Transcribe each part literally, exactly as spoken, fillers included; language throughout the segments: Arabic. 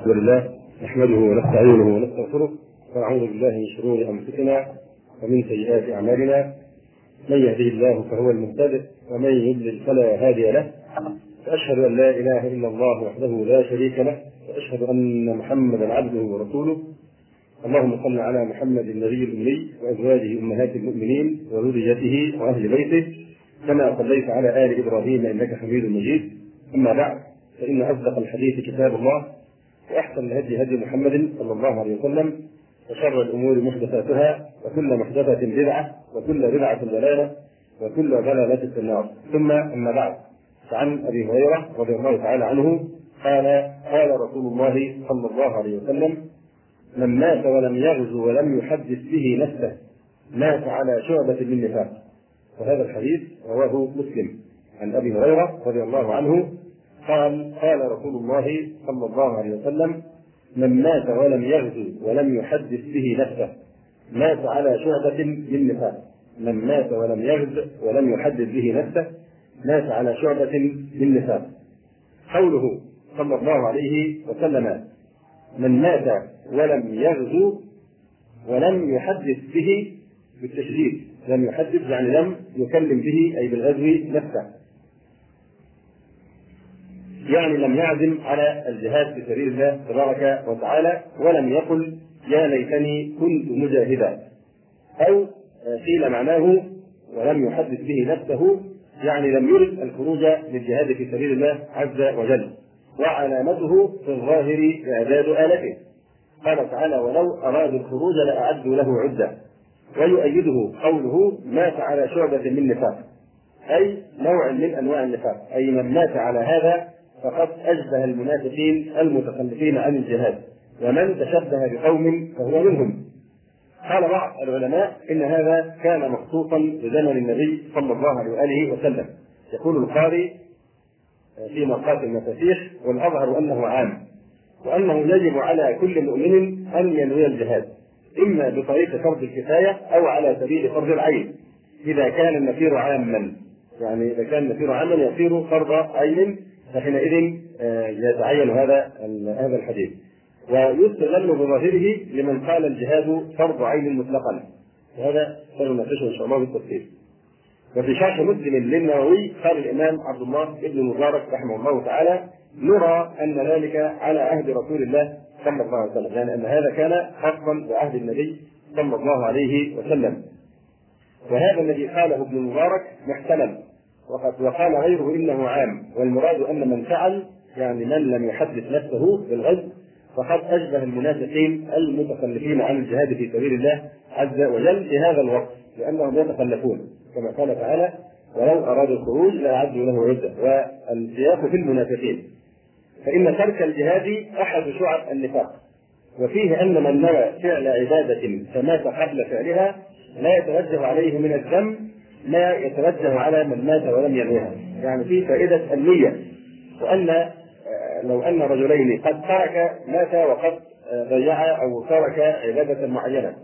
الحمد لله نحمده ونستعينه ونستغفره ونعوذ بالله من شرور انفسنا ومن سيئات اعمالنا. من يهده الله فهو المهتد ومن يضلل فلا هادي له. واشهد ان لا اله الا الله وحده لا شريك له واشهد ان محمدا عبده ورسوله. اللهم صل على محمد النبي الامي وازواجه امهات المؤمنين وذريته واهل بيته كما صليت على ال ابراهيم انك حميد مجيد. اما بعد، فان اصدق الحديث كتاب الله واحسن الهدي هدي محمد صلى الله عليه وسلم وشر الامور محدثاتها وكل محدثه بدعه وكل بدعه ضلاله وكل ضلاله في النار. ثم اما بعد، فعن ابي هريره رضي الله تعالى عنه قال قال رسول الله صلى الله عليه وسلم: من مات ولم يغزو ولم يحدث به نفسه مات على شعبة من نفاق. وهذا الحديث رواه مسلم عن ابي هريره رضي الله عنه قال قال رسول الله صلى الله عليه وسلم: من مات ولم يغزو ولم يحدث به نفسه مات على شعبة من نفاق. من مات ولم يغزو ولم يحدث به نفسه مات على شعبة من نفاق. قوله صلى الله عليه وسلم من مات ولم يغزو ولم يحدث به بالتشديد، لم يحدث يعني لم يكلم به أي بالغزو نفسه، يعني لم يعزم على الجهاد في سبيل الله تبارك وتعالى، ولم يقل يا ليتني كنت مجاهدا. أو قيل معناه ولم يحدث به نفسه يعني لم يرد الخروج للجهاد في سبيل الله عز وجل. وعلامته في الظاهر إعداد آلته، قال تعالى: ولو أرادوا الخروج لأعدوا له عدة. ويؤيده قوله مات على شعبة من نفاق، أي نوع من أنواع النفاق، أي من مات على هذا فقد أشبه المنافقين المتخلفين عن الجهاد، ومن تشبه بقوم فهو منهم. قال بعض العلماء إن هذا كان مخصوصا بزمن النبي صلى الله عليه وآله وسلم. يقول القاري في مرقات المفاتيح: والأظهر أنه عام، وأنه يجب على كل مؤمن أن ينوي الجهاد، إما بطريق فرض الكفاية أو على سبيل فرض العين، إذا كان النفير عاما. يعني إذا كان النفير عاما يصير فرض عين، فحينئذ يتعين هذا هذا الحديث. ويستغل بظاهره لمن قال الجهاد فرض عين مطلقا، وهذا سنناقشه إن شاء الله بالتفصيل. وفي شرح مسلم للنووي قال الإمام عبد الله بن المبارك رحمه الله تعالى: نرى أن ذلك على عهد رسول الله صلى الله عليه وسلم، يعني أن هذا كان خاصا بعهد النبي صلى الله عليه وسلم. وهذا الذي قاله ابن المبارك محتمل، وقد وقال غيره إنه عام، والمراد أن من فعل يعني من لم يحدث نفسه بالغزو فقد أشبه المنافقين المتخلفين عن الجهاد في سبيل الله عز وجل في هذا الوقت، لأنهم يتخلفون كما قال تعالى: ولو أرادوا الخروج لأعدوا له عدة. والسياق في المنافقين، فإن ترك الجهاد أحد شعب النفاق، وفيه أن من نوى فعل عبادة فمات قبل فعلها لا يتوجه عليه من الذنب ما يتوجه على من مات ولم ينويها. يعني في فائدة النية، وأن لو أن رجلين قد ترك مات وقد ضيع أو ترك عبادة معينة،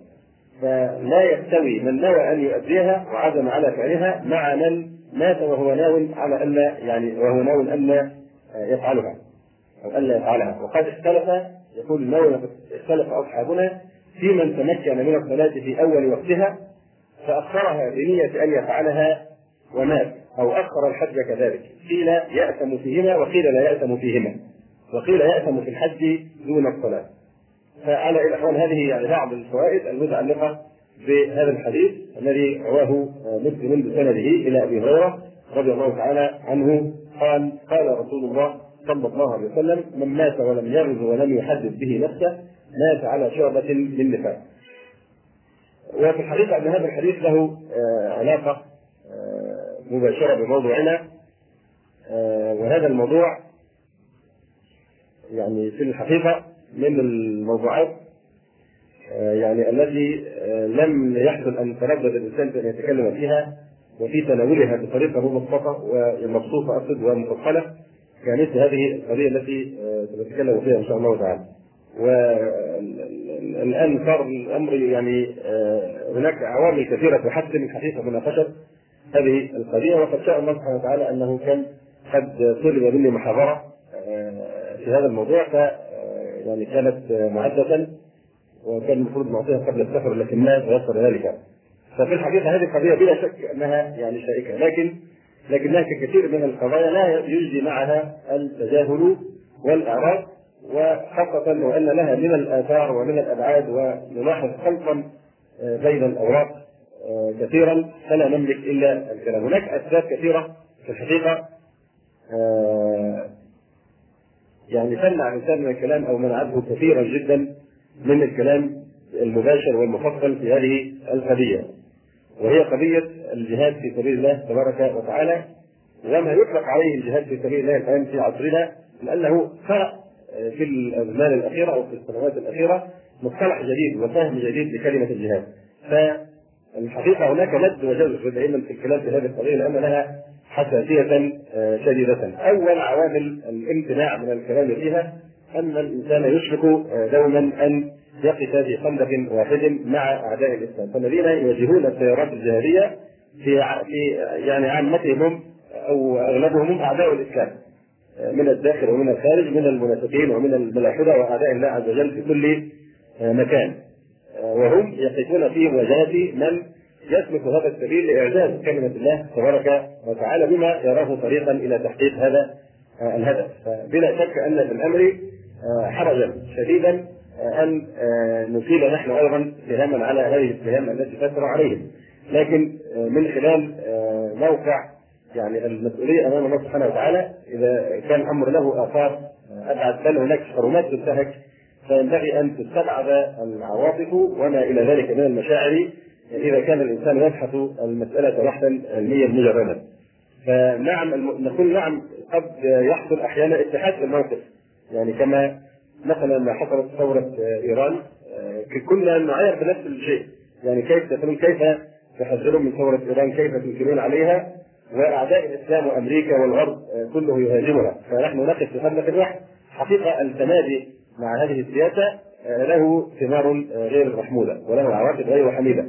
فلا يستوي من نوى أن يؤديها وعزم على فعلها مع من مات وهو ناو على ألا يعني وهو ناو ألا يفعلها أو ألا يفعلها. وقد اختلف، يقول النووي: اختلف أصحابنا في من تمكن من الصلاة في أول وقتها فأخرها بنية أن يفعلها ومات، أو أخر الحج كذلك، قيل يأثم فيهما وقيل لا يأثم فيهما، وقيل يأثم في الحج دون الصلاة. فعلى الأحوال هذه يعني بعض الفوائد المتعلقة بهذا الحديث الذي رواه مسلم بسنده إلى أبي هريرة رضي الله تعالى عنه قال قال رسول الله صلى الله عليه وسلم: من مات ولم يغزو ولم يحدث به نفسه مات على شعبة من نفاق. وفي الحديث أن هذا الحديث له علاقة مباشرة بموضوعنا، وهذا الموضوع يعني في الحقيقة من الموضوعات يعني التي لم يحصل أن يتردد الإنسان في أن يتكلم فيها وفي تناولها بطريقة مبسطة ومبسوطة أقصد ومفصلة كمثل هذه القضية التي سنتكلم فيها إن شاء الله تعالى. والآن صار الأمر يعني هناك عوامل كثيرة تحسن من حقيقة مناقشة هذه القضية، وقد شاء الله سبحانه وتعالى أنه كان قد طلب مني محاضرة في هذا الموضوع، يعني كانت معدة وكان المفروض نعطيها قبل السفر لكن ما تيسر ذلك. ففي الحقيقة هذه القضية بلا شك أنها يعني شائكة، لكن لكنها ككثير من القضايا لا يجدي معها التجاهل والإعراض، وخاصة وأن لها من الآثار ومن الأبعاد، ونلاحظ خلطا بين الأوراق كثيرا فلا نملك إلا الكلام. هناك أسباب كثيرة في الحقيقة يعني تمنع الإنسان من الكلام أو منعته كثيرا جدا من الكلام المباشر والمفصل في هذه القضية، وهي قضية الجهاد في سبيل الله تبارك وتعالى، وما يطلق عليه الجهاد في سبيل الله الآن في عصرنا، لأنه فرق في الأزمان الأخيرة أو في السنوات الأخيرة مصطلح جديد وفهم جديد لكلمة الجهاد. فالحقيقة هناك مد وجزر دائما في الكلام في هذه القضية لأن لها حساسية شديدة. أول عوامل الامتناع من الكلام فيها أن الإنسان يشرك دوما أن يقف في خندق واحد مع أعداء الإسلام، فالذين يواجهون التيارات الجهادية في في يعني عامتهم أو أغلبهم أعداء الإسلام من الداخل ومن الخارج، من المنافقين ومن الملاحدة وأعداء الله عز وجل في كل مكان، وهم يقفون في مواجهة من يسلك هذا السبيل لإعزاز كلمة الله تبارك وتعالى بما يراه طريقا إلى تحقيق هذا الهدف. فبلا شك أن في الأمر حرجا شديدا أن نثير نحن أيضا اتهاما على هذه الاتهام التي تسرى عليهم، لكن من خلال موقع يعني المسؤولية أمام الله سبحانه وتعالى إذا كان الأمر له آثار أبعد بل هناك حرمات تنتهك فينبغي أن تستبعد العواطف وما إلى ذلك من المشاعر إذا كان الإنسان يبحث المسألة بحثا علميا مجردا. فنعم نقول نعم قد يحصل أحيانا اتحاد في الموقف، يعني كما مثلا ما حصلت ثورة إيران كنا نعاير بنفس الشيء، يعني كيف تقولون كيف تحذرون من ثورة إيران، كيف تنكرون عليها وأعداء الإسلام وأمريكا والغرب كله يهاجمها، فنحن نقف في خندق واحد. حقيقة التمادي مع هذه السياسة له ثمار غير محمودة وله عواقب غير حميدة.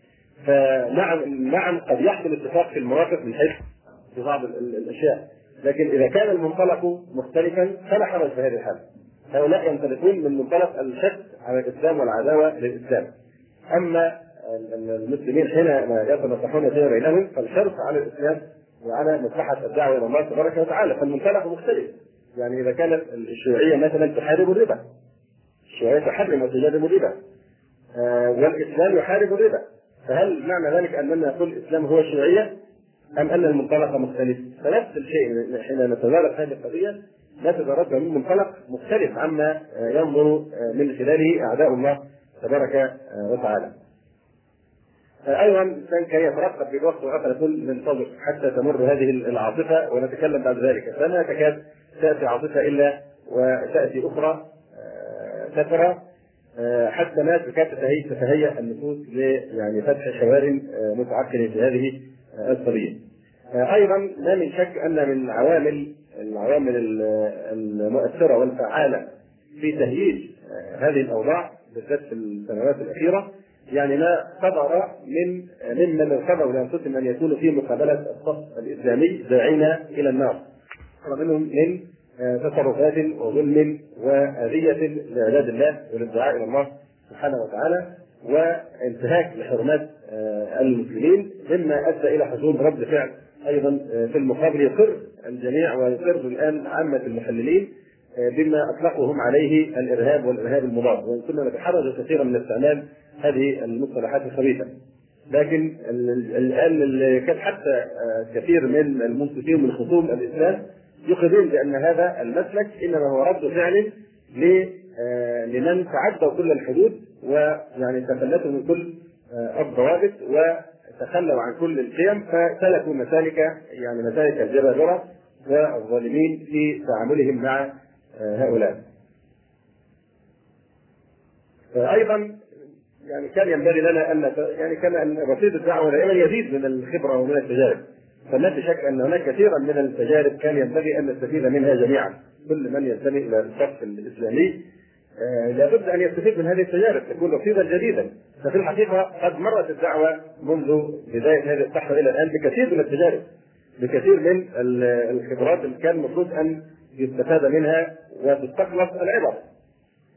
فنعم نعم قد يحصل اتفاق في المواقف من حيث في بعض الأشياء، لكن إذا كان المنطلق مختلفا فلا حرج في هذه الحالة. هؤلاء ينطلقون من منطلق الشك على الإسلام والعداوة للإسلام، أما المسلمين حينما يتنصحون فيما بينهم فالحرص على الإسلام وعلى مصلحة الدعوة إلى الله تبارك وتعالى، فالمنطلق مختلف. يعني إذا كانت الشيوعية مثلا تحارب الربا، الشيوعية تحرم وتجرم الربا، آه والإسلام يحارب الربا، فهل معنى ذلك أننا نقول الإسلام هو الشيوعية أم أن المنطلق مختلف؟ فنفس الشيء حين نتدارك هذه القضية نتداركها من منطلق مختلف عما ينظر من خلاله أعداء الله تبارك وتعالى. أيضا الإنسان كان يترقب في الوقت والآخر يقول ننتظر حتى تمر هذه العاصفة ونتكلم بعد ذلك، فما تكاد تأتي عاصفة إلا وتأتي أخرى تترى حتى ما تكاد تتهيأ النفوس ل يعني فتح شوارع متعقلة في هذه القضية. أيضا ما من شك أن من عوامل العوامل المؤثرة والفعالة في تهييج هذه الأوضاع بالذات في السنوات الأخيرة يعني ما صدر من ممن ارتضوا لأنفسهم أن يكونوا في مقابلة الصف الإسلامي داعين إلى النار، منهم من تصرفات وظلم وأذية لعباد الله وللدعاء إلى الله سبحانه وتعالى وانتهاك لحرمات المسلمين، مما أدى إلى حصول رد فعل أيضا في المقابل يقر الجميع ويقر الآن عامة المحللين بما أطلقوا هم عليه الإرهاب والإرهاب المضاد، وإن كنا نتحرج كثيرا من استعمال هذه المصطلحات الخبيثة. لكن الآن كان حتى كثير من المنصفين من خصوم الإسلام يقرون بأن هذا المسلك إنما هو رد فعل لمن تعدوا كل الحدود ويعني تخلتوا من كل الضوابط وتخلوا عن كل القيم فسلكوا مسالك يعني مسالك الجبابرة والظالمين في تعاملهم مع هؤلاء. أيضا يعني كان ينبغي لنا أن يعني كان رصيد الدعوة دائما يزيد من الخبرة ومن التجارب، فلا شك أن هناك كثيرا من التجارب كان ينبغي أن نستفيد منها جميعا، كل من ينتمي إلى الصف الإسلامي آه لابد أن يستفيد من هذه التجارب تكون رصيدا جديدا. ففي الحقيقة قد مرت الدعوة منذ بداية هذه الصحوة إلى الآن بكثير من التجارب، بكثير من الخبرات اللي كان المفروض أن يستفاد منها وتستخلص العبر.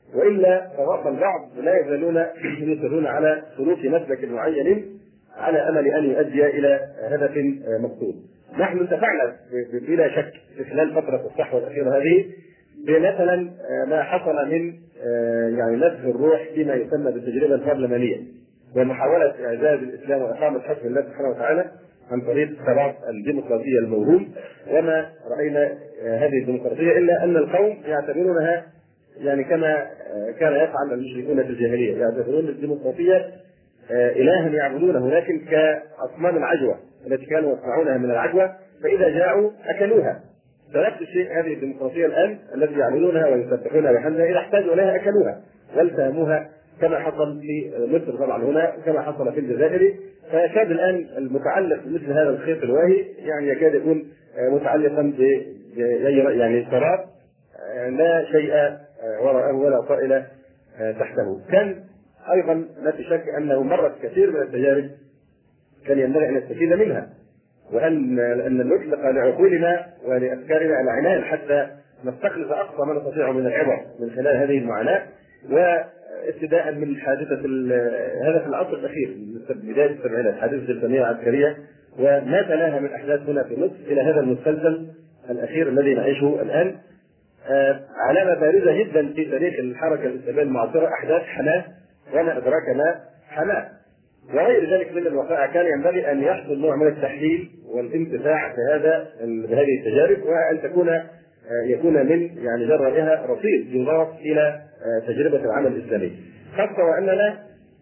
والا فرغم البعض لا يزالون يصرون على سلوك مسلك معين على امل ان يؤدي الى هدف مقصود. نحن انتفعنا بلا شك في خلال فتره الصحوه الاخيره هذه بمثلا ما حصل من يعني نفخ الروح فيما يسمى بالتجربه البرلمانيه ومحاوله اعزاز الاسلام واقامه حكم الله سبحانه وتعالى عن طريق الصراع الديمقراطيه الموهوم. وما راينا هذه الديمقراطيه الا ان القوم يعتبرونها يعني كما كان يفعل المشركون في الجاهليه، يعتبرون الديمقراطيه الها يعبدونه لكن كاصنام العجوه التي كانوا يصنعونها من العجوه، فاذا جاءوا اكلوها. فنفس الشيء هذه الديمقراطيه الان التي يعبدونها ويسبحونها بحمدها اذا احتاجوا اليها اكلوها والتهموها كما حصل في مصر طبعا هنا وكما حصل في الجزائر. فيكاد الان المتعلق بمثل هذا الخيط الواهي يعني يكاد يكون متعلقا ب يعني سراب لا شيء وراءه ولا طائل تحته. كان ايضا لا شك انه مرت كثير من التجارب كان ينبغي ان نستفيد منها، وان ان نطلق لعقولنا ولافكارنا العنان حتى نستخلص اقصى ما نستطيع من العبر من خلال هذه المعاناه. وابتداء من حادثه هذا في العصر الاخير من بدايه السبعينات حادثه الثانيه العسكريه وما تلاها من احداث هنا في مصر الى هذا المسلسل الاخير الذي نعيشه الان. علامه بارزه جدا في تاريخ الحركه الاسلاميه المعاصره احداث حماه وما ادراك ما حماه وغير ذلك من الوقائع. كان ينبغي ان يحصل نوع من التحليل والانتفاع بهذا بهذه التجارب وان تكون يكون من يعني جرائها رصيد يضاف الى تجربه العمل الاسلامي، خاصه واننا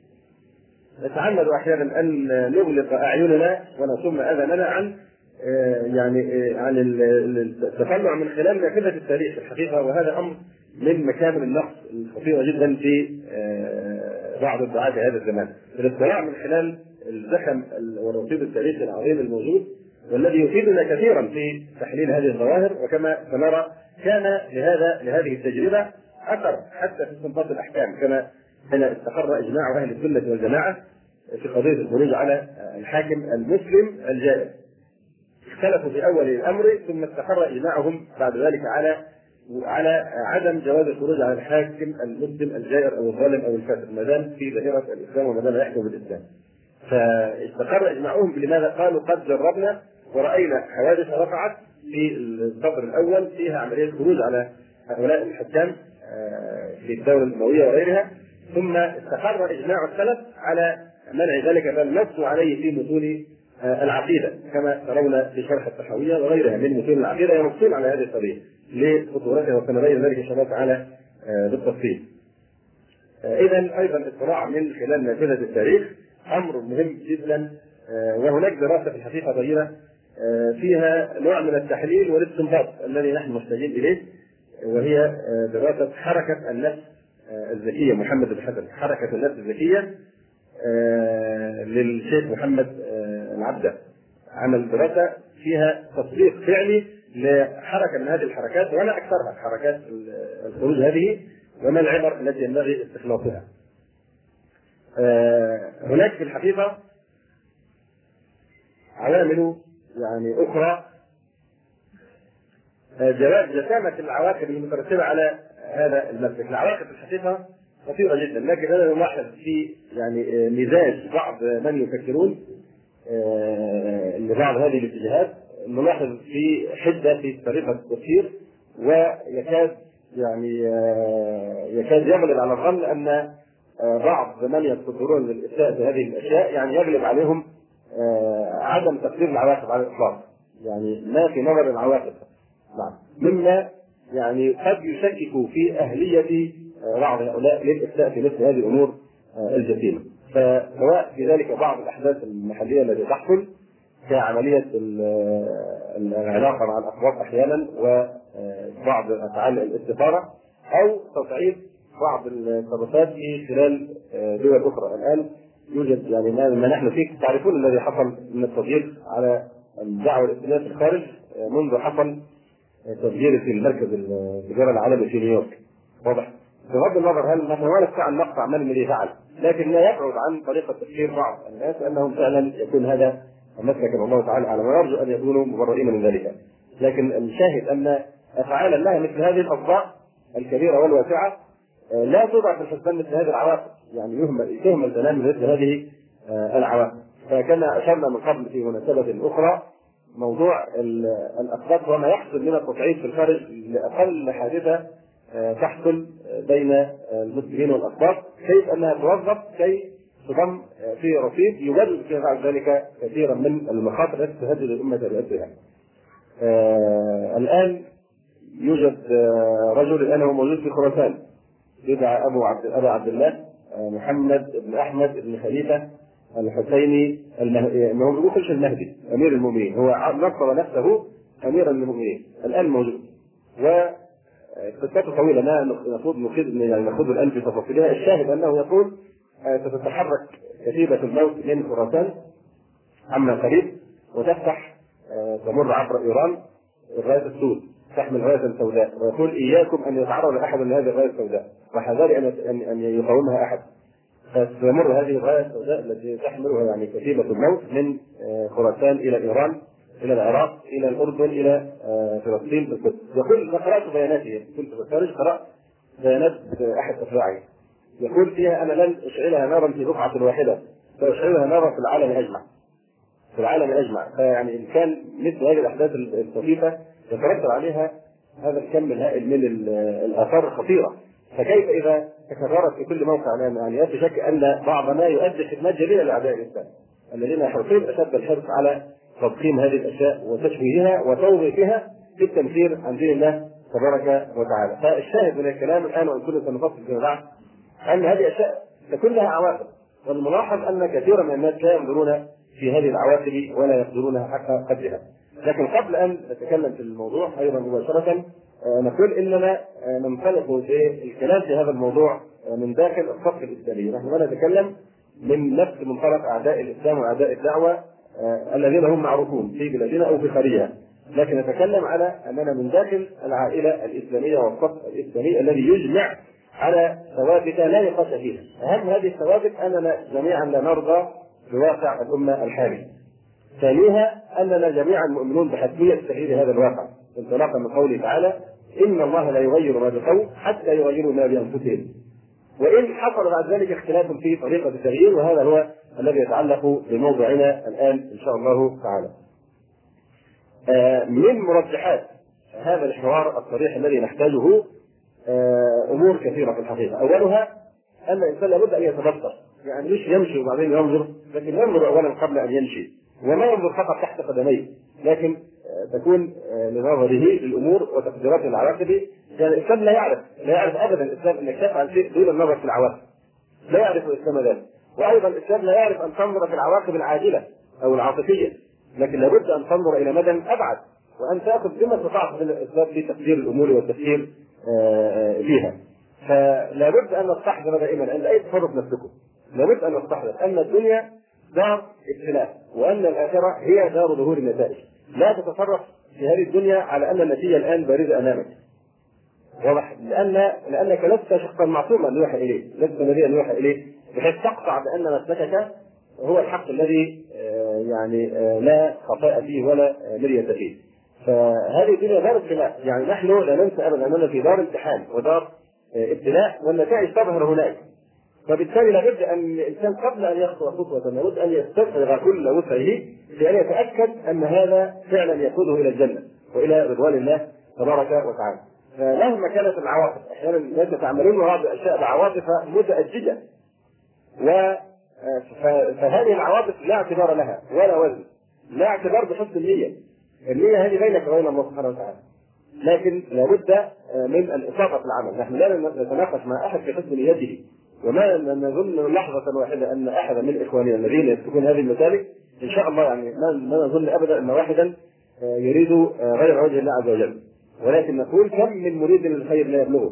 نتعمد احيانا ان نغلق اعيننا ونصم اذاننا عن يعني عن التطلع من خلال نافذه التاريخ الحقيقه. وهذا امر من مكامن النقص الخطيره جدا في بعض الدعاة في هذا الزمان، الاطلاع من خلال الزخم والرصيد التاريخي العظيم الموجود والذي يفيدنا كثيرا في تحليل هذه الظواهر. وكما سنرى كان لهذا لهذه التجربه اثر حتى في استنباط الاحكام، كما كان استقر اجماع اهل السنه والجماعه في قضيه الخروج على الحاكم المسلم الجائر. اختلفوا في اول الامر ثم استقر اجماعهم بعد ذلك على على عدم جواز الخروج على الحاكم المسلم الجائر او الظالم او الفاسق ما دام في دائره الاسلام وما دام يحكم بالاسلام. فاستقر اجماعهم لماذا؟ قالوا قد جربنا وراينا حوادث رفعت في الصدر الاول فيها عمليه خروج على هؤلاء الحكام في الدوله الامويه وغيرها، ثم استقر اجماع السلف على منع ذلك بل نصوا عليه في متون العقيده كما ترون في شرح الطحاويه وغيرها من متون العقيده ينصون على هذه القضيه لخطورتها وسنبين ذلك ان شاء الله تعالى بالتفصيل. اذا ايضا الاطلاع من خلال نافذه التاريخ امر مهم جدا، وهناك دراسه في الحقيقه طويله فيها نوع من التحليل والاستنباط الذي نحن محتاجين اليه، وهي دراسه حركه النفس الذكيه محمد بن حسن، حركه النفس الذكيه للشيخ محمد العبده. عمل دراسه فيها تطبيق فعلي لحركه من هذه الحركات ولا اكثرها حركات الخروج هذه وما العبر التي ينبغي استخلاصها. هناك في الحقيقه عوامل يعني اخرى جواز جسامه العواقب المترتبه على هذا المسلك. العواقب في الحقيقه خطيره جدا، لكن انا نلاحظ في يعني مزاج بعض من يفكرون لبعض هذه الاتجاهات، نلاحظ في حده في طريقه التفكير ويكاد يعني يكاد يغلب على الظن ان بعض من يتصدرون للإساءة بهذه الاشياء يعني يغلب عليهم عدم تقدير العواقب على الاطلاق، يعني ما في نظر العواقب. نعم، مما يعني قد يشكك في اهليه بعض هؤلاء للإساءة في مثل هذه الامور الجسيمه. فسواء في ذلك بعض الاحداث المحليه التي تحصل كعمليه العلاقه مع الاقباط احيانا وبعض افعال الاستثاره او تصعيد بعض التصرفات في خلال دول اخرى. الان يوجد يعني ما نحن فيه تعرفون الذي حصل من التضييق على الدعوه الاسلاميه في الخارج منذ حصل تفجير في المركز التجاري العالمي في نيويورك. واضح؟ بغض النظر هل نحن لا نستطيع ان نقطع من الذي فعل، لكن لا يبعد عن طريقه تفكير بعض الناس انهم فعلا يكون هذا مسلكا الله تعالى اعلم، ويرجو ان يكونوا مبرئين من ذلك. لكن الشاهد ان افعال الله مثل هذه الاضواء الكبيره والواسعه لا توضع في الحسبان مثل هذه العواقب، يعني يهمل تهمل تماما مثل هذه العواقب. فكما اشرنا من قبل في مناسبه اخرى موضوع الاسقاط وما يحصل من التصعيد في الخارج لاقل حادثه تحصل بين المسلمين والاسقاط، كيف انها توظف كي تضم في رصيد يولد في بعد ذلك كثيرا من المخاطر التي تهدد الامه باسرها. آه الان يوجد آه رجل الان هو موجود في خراسان يدعى ابو عبد ابا عبد الله آه محمد بن احمد بن خليفه الحسيني المه... هو بيقول المهدي امير المؤمنين، هو نصب نفسه اميرا للمؤمنين الان موجود. وقصته طويله ما المفروض نخوض يعني نخوض الان في تفاصيلها. الشاهد انه يقول ستتحرك كتيبة الموت من خراسان عما قريب وتفتح تمر عبر ايران الرايه السود تحمل رايه سوداء، ويقول اياكم ان يتعرض احد لهذه الرايه السوداء وحذاري ان ان يقاومها احد. فتمر هذه الرايه السوداء التي تحملها يعني كتيبة الموت من خراسان الى ايران الى العراق الى الاردن الى فلسطين بالقدس. يقول قرات بياناته، كنت في الخارج قرات بيانات احد افراعه يقول فيها انا لن اشعلها نارا في بقعه واحده ساشعلها نارا في العالم اجمع في العالم اجمع. فيعني ان كان مثل هذه الاحداث الطفيفه يترتب عليها هذا الكم الهائل من الاثار الخطيره، فكيف اذا تكررت في كل موقع؟ يعني لا شك ان بعض ما يؤدي خدمات جليله لاعداء الاسلام الذين يحرصون اشد الحرص على تضخيم هذه الاشياء وتشويهها وتوظيفها في التمثيل عن دين الله تبارك وتعالى. فالشاهد من الكلام الان وان كنا سنفصل فيما بعد ان هذه اشياء تكون لها عواقب، والملاحظ ان كثيرا من الناس لا ينظرون في هذه العواقب ولا يقدرونها حق قدرها. لكن قبل ان نتكلم في الموضوع ايضا مباشره نقول اننا ننطلق في الكلام في هذا الموضوع من داخل الصف الاسلامي. نحن لا نتكلم من نفس منطلق اعداء الاسلام واعداء الدعوه الذين هم معروفون في بلادنا او في خارجها، لكن نتكلم على اننا من داخل العائله الاسلاميه والصف الاسلامي الذي يجمع على ثوابت لا نقاش فيها. اهم هذه الثوابت اننا جميعا لا نرضى بواقع الامه الحالي. ثانيها اننا جميعا مؤمنون بحتميه تغيير هذا الواقع انطلاقا من قوله تعالى ان الله لا يغير ما بقوم حتى يغيروا ما بانفسهم، وان حصل بعد ذلك اختلاف في طريقه التغيير، وهذا هو الذي يتعلق بموضوعنا الان ان شاء الله تعالى. من مرجحات هذا الحوار الصريح الذي نحتاجه امور كثيره في الحقيقه. اولها ان الانسان لابد ان يتبصر، يعني مش يمشي وبعدين ينظر، لكن ينظر اولا قبل ان يمشي، وما ينظر فقط تحت قدميه، لكن تكون لنظره للامور وتقديرات العواقب. يعني الاسلام لا يعرف لا يعرف ابدا الاسلام انك تفعل شيء دون النظر في العواقب، لا يعرف الاسلام ذلك. وايضا الاسلام لا يعرف ان تنظر في العواقب العاجله او العاطفيه، لكن لابد ان تنظر الى مدى ابعد وان تاخذ بما استطعت من الاسباب في تقدير الامور والتفكير فيها. فلا بد ان نستحضر دائما عند اي تصرف نفسكم، لابد ان نستحضر ان الدنيا دار ابتلاء وان الاخره هي دار ظهور النتائج. لا تتصرف في هذه الدنيا على ان النتيجه الان بارزه امامك، واضح؟ لان لانك لست شخصا معصوما يوحى اليه، لست نبيا يوحى اليه بحيث تقطع بان مسلكك هو الحق الذي يعني لا خطأ فيه ولا مرية فيه. فهذه الدنيا دار ابتلاء، يعني نحن لا ننسى ابدا اننا في دار امتحان ودار ابتلاء والنتائج تظهر هناك. فبالتالي لابد ان الانسان قبل ان يخطو خطوه لابد ان يستفرغ كل وسعه لان يتاكد ان هذا فعلا يقوده الى الجنه والى رضوان الله تبارك وتعالى. فمهما كانت العواقب، احيانا الناس يتعاملون مع بعض الاشياء بعواطف متأججه، و فهذه العواطف لا اعتبار لها ولا وزن، لا اعتبار بحسن النية. النية هذه بينك وبين الله سبحانه وتعالى، لكن لابد من الإصابة في العمل. نحن لا نتناقش مع أحد في حسن نيته، وما نظن لحظة واحدة أن أحد من إخواننا الذين يسلكون هذه المسالك إن شاء الله يعني ما نظن أبدا أن واحدا يريد غير وجه الله عز وجل، ولكن نقول كم من مريد للخير لا يبلغه،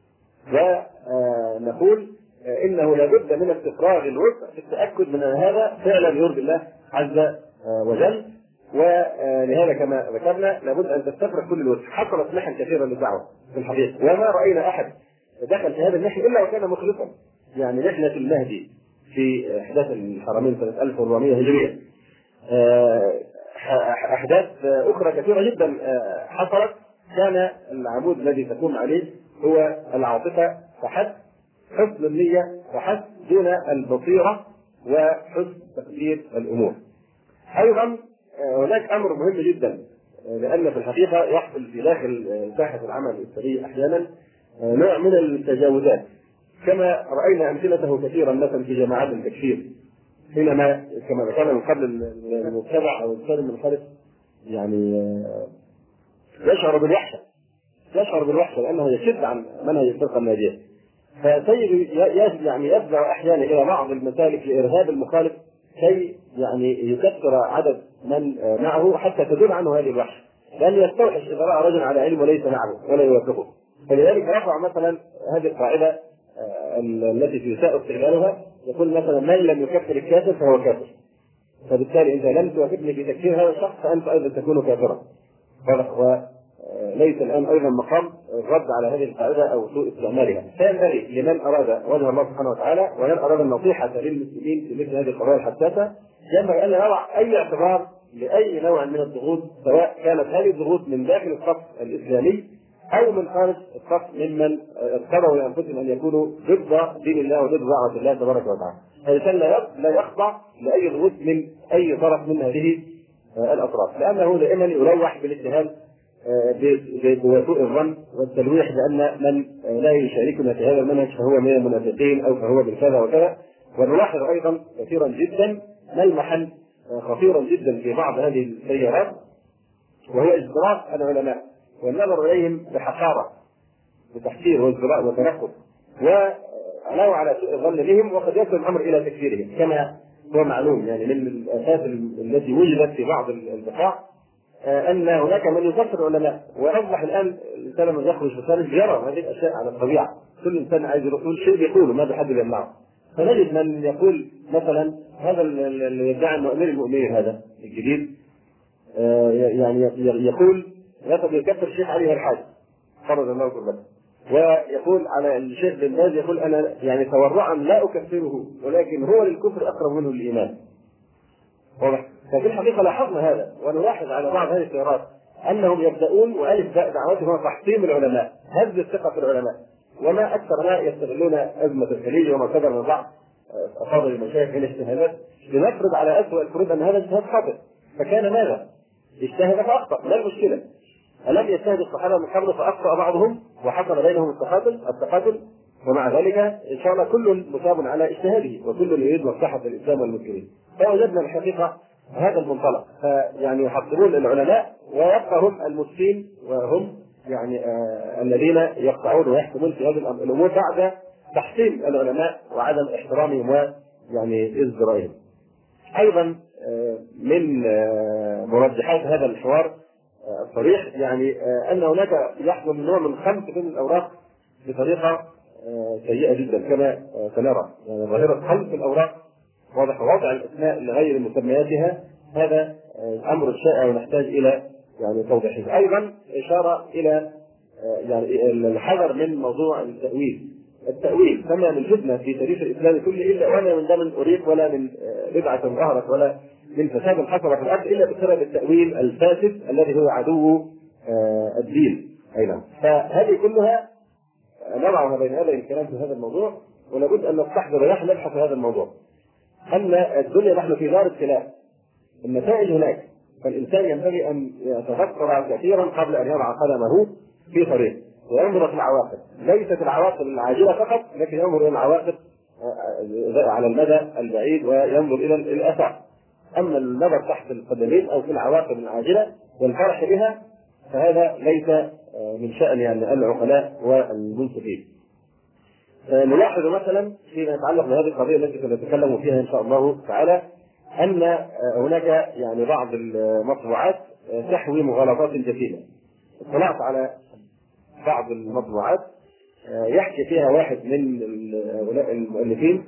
ونقول انه لابد من استفراغ الوسع في التاكد من ان هذا فعلا يرضي الله عز وجل. ولهذا كما ذكرنا لابد ان تستفرغ كل الوسع. حصلت محن كثيره للدعوه في الحقيقه، وما راينا احد دخل في هذا المحن الا وكان مخلصا. يعني محنه المهدي في احداث الحرمين سنه ألف وأربعمائة هجريه، احداث اخرى كثيره جدا حصلت، كان العمود الذي تقوم عليه هو العاطفه فحسب، حسن النية فحسب دون البصيرة وحسن تقدير الأمور. أيضا هناك أمر مهم جدا، لأن في الحقيقة يحصل في داخل ساحة العمل الأسري أحيانا نوع من التجاوزات، كما رأينا أمثلته كثيرا مثلا في جماعات التكفير، حينما كما ذكرنا من قبل المبتدع أو الإنسان المنحرف يعني يشعر بالوحشة، يشعر بالوحشة لأنه يشد عن منهج الفرقة الناجية، فسيد يعني يدفع أحيانا إلى بعض المسالك لإرهاب المخالف كي يعني يكثر عدد من معه حتى تدل عنه هذه الوحشة، لأنه يستوحش إذا رأى رجل على علم وليس معه ولا يوافقه. فلذلك رفع مثلا هذه القاعدة التي يساء استغلالها، يقول مثلا من لم يكفر الكافر فهو كافر، فبالتالي إذا لم توافقني في تكفير هذا الشخص فأنت أيضا تكون كافرا. وليس الآن أيضا مقام الرد على هذه القاعدة أو سوء استعمالها. فينبغي لمن أراد وجه الله سبحانه وتعالى ومن أراد النصيحة للمسلمين في مثل هذه القضايا الحساسة، ينبغي أن يضع أي اعتبار لأي نوع من الضغوط، سواء كانت هذه الضغوط من داخل الصف الإسلامي أو من خارج الصف ممن اقتروا لأنفسهم أن يكونوا ضد دين الله وضد دعوة الله تبارك وتعالى. فالإنسان لا يخضع لأي ضغوط من أي طرف من هذه الأطراف، لأنه دائما يلوح بالاتهام بسوء الظن والتلويح بأن من لا يشاركنا في هذا المنهج فهو من المنافقين أو فهو بالكذا وكذا. ونلاحظ أيضا كثيرا جدا ملمحا خطيرا جدا في بعض هذه التيارات، وهو ازدراء العلماء والنظر إليهم بحقارة بتحقير وازدراء وتنقص وعلاوة على سوء الظن بهم، وقد يصل الأمر إلى تكفيرهم كما هو معلوم يعني من الآفات التي وجدت في بعض البقاع أن هناك من يكفر العلماء. وأصبح الآن الإنسان من يخرج في الخارج يرى هذه الأشياء على الطبيعة، كل إنسان عايز يقول شيء يقوله ما بحد يمنعه. فنجد من يقول مثلا هذا اللي يدعي أنه أمير المؤمنين هذا الجديد يعني يقول يقول يكفر الشيخ علي الحاج فرض الله كربته، ويقول على الشيخ بن باز يقول أنا يعني تورعا لا أكفره ولكن هو للكفر أقرب منه الإيمان. واضح؟ ففي الحقيقة لاحظنا هذا، ونلاحظ على بعض هذه التيارات أنهم يبدأون وألف باء دعوتهم تحطيم العلماء، هز الثقة في العلماء، وما أكثر ما يستغلون أزمة الخليج وما صدر من بعض أفاضل المشايخ من اجتهادات لنفرض على أسوأ الفروض أن هذا اجتهاد خاطئ. فكان ماذا؟ اجتهد فأخطأ، ما المشكلة؟ ألم يجتهد الصحابة من قبل فأخطأ بعضهم وحصل بينهم التقاتل التقاتل ومع ذلك إن شاء الله كل مصاب على اجتهاده وكل يريد مصلحة الإسلام والمسلمين. فوجدنا الحقيقة هذا المنطلق، فيعني يحصلون العلماء ويبقى هم المسلمين وهم يعني آه الذين يقطعون ويحكمون في هذه الأمور بعد تحسين العلماء وعدم احترامهم ويعني ازدرائهم. أيضا آه من آه مرجحات هذا الحوار الصريح آه يعني آه أن هناك يحصل نوع من خمس من الأوراق بطريقة آه سيئة جدا كما آه سنرى، يعني ظاهرة خلف الأوراق واضح، وضع الأسماء لغير مسمياتها هذا الأمر الشائع ونحتاج إلى يعني توضيحه. أيضا إشارة إلى يعني الحذر من موضوع التأويل. التأويل كما من فتنة في تاريخ الإسلام كله، إلا ولا من دم أريق ولا من بدعة ظهرت ولا من فساد حصل في الأرض إلا بسبب التأويل الفاسد الذي هو عدو الدين. أيضا فهذه كلها نضعها بين هذا الكلام في هذا الموضوع، ولابد أن نستحضر نحن نبحث في هذا الموضوع أن الدنيا نحن في دار ابتلاء، النتائج هناك، فالإنسان ينبغي أن يتفكر كثيرا قبل أن يضع قدمه في طريق وينظر في العواقب، ليست العواقب العاجلة فقط لكن ينظر إلى العواقب على المدى البعيد وينظر إلى الآثار. أما النظر تحت القدمين أو في العواقب العاجلة والفرح بها فهذا ليس من شأن يعني العقلاء والمنصفين. نلاحظ مثلا فيما يتعلق بهذه القضية التي سنتكلم فيها إن شاء الله تعالى أن هناك يعني بعض المطبوعات تحوي مغالطات جسيمة. اطلعت على بعض المطبوعات يحكي فيها واحد من المؤلفين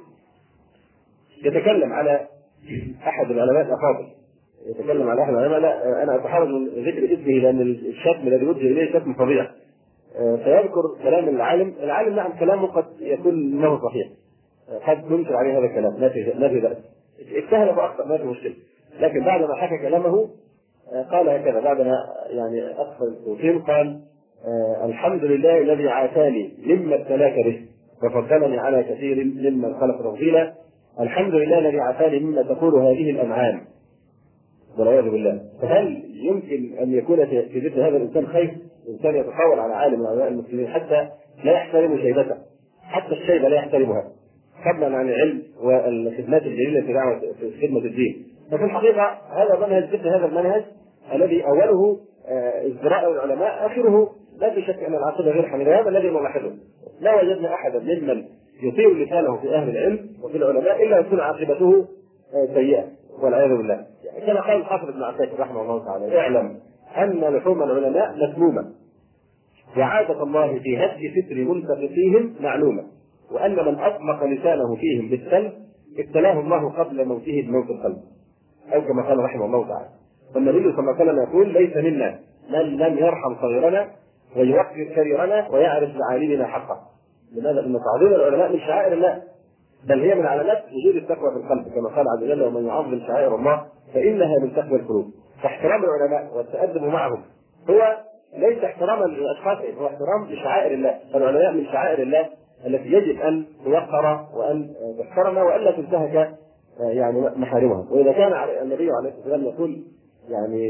يتكلم على أحد العلماء الأفاضل، يتكلم على أحد العلماء، لا أنا أتحرج من ذكر اسمه لأن الشتم الذي وجه إليه شتم فظيع، فيذكر كلام العالم، العالم نعم كلامه قد يكون انه صحيح، قد ننكر عليه هذا الكلام ما في بأس، اجتهد فأخطأ ما في مشكلة، لكن بعد ما حكى كلامه قال هكذا بعد ما يعني أكثر التوفيق قال آه الحمد لله الذي عافاني مما ابتلاك به، وفضلني على كثير ممن خلق تفضيلا. الحمد لله الذي عافاني مما تقول هذه الانعام والعياذ بالله. فهل يمكن ان يكون في ذكر هذا الانسان خير؟ انسان يتطاول على عالم من علماء المسلمين حتى لا يحترم شيبته، حتى الشيبه لا يحترمها، فضلا عن العلم والخدمات الجليله في دعوه في خدمه الدين. ففي الحقيقه هذا منهج ذكر هذا المنهج الذي اوله ازدراء العلماء، اخره لا في شك ان العاقبه غير حميده. هذا الذي نلاحظه، لا وجدنا احدا ممن يطيل لسانه في اهل العلم وفي العلماء الا تكون عاقبته سيئه والعياذ بالله. يعني كما قال الحافظ ابن عساكر رحمه الله تعالى: اعلم ان لحوم العلماء مسمومه، وعادة الله في هدي ستر منتقصيهم معلومه، وان من اطلق لسانه فيهم بالسلب ابتلاه الله قبل موته بموت القلب، او كما قال رحمه الله تعالى. والنبي صلى الله عليه وسلم يقول: ليس منا من لم يرحم صغيرنا ويوقر كبيرنا ويعرف لعالمنا حقه. لماذا؟ ان تعظيم العلماء من شعائر الله، بل هي من علامات وجود التقوى في القلب، كما قال عز وجل: ومن يعظم شعائر الله فانها من تقوى القلوب. فاحترام العلماء والتأدب معهم هو ليس احتراما للاشخاص، هو احترام لشعائر الله. فالعلماء من شعائر الله التي يجب ان توقر وان تحترم والا تنتهك يعني محارمها. واذا كان النبي عليه الصلاه والسلام يقول يعني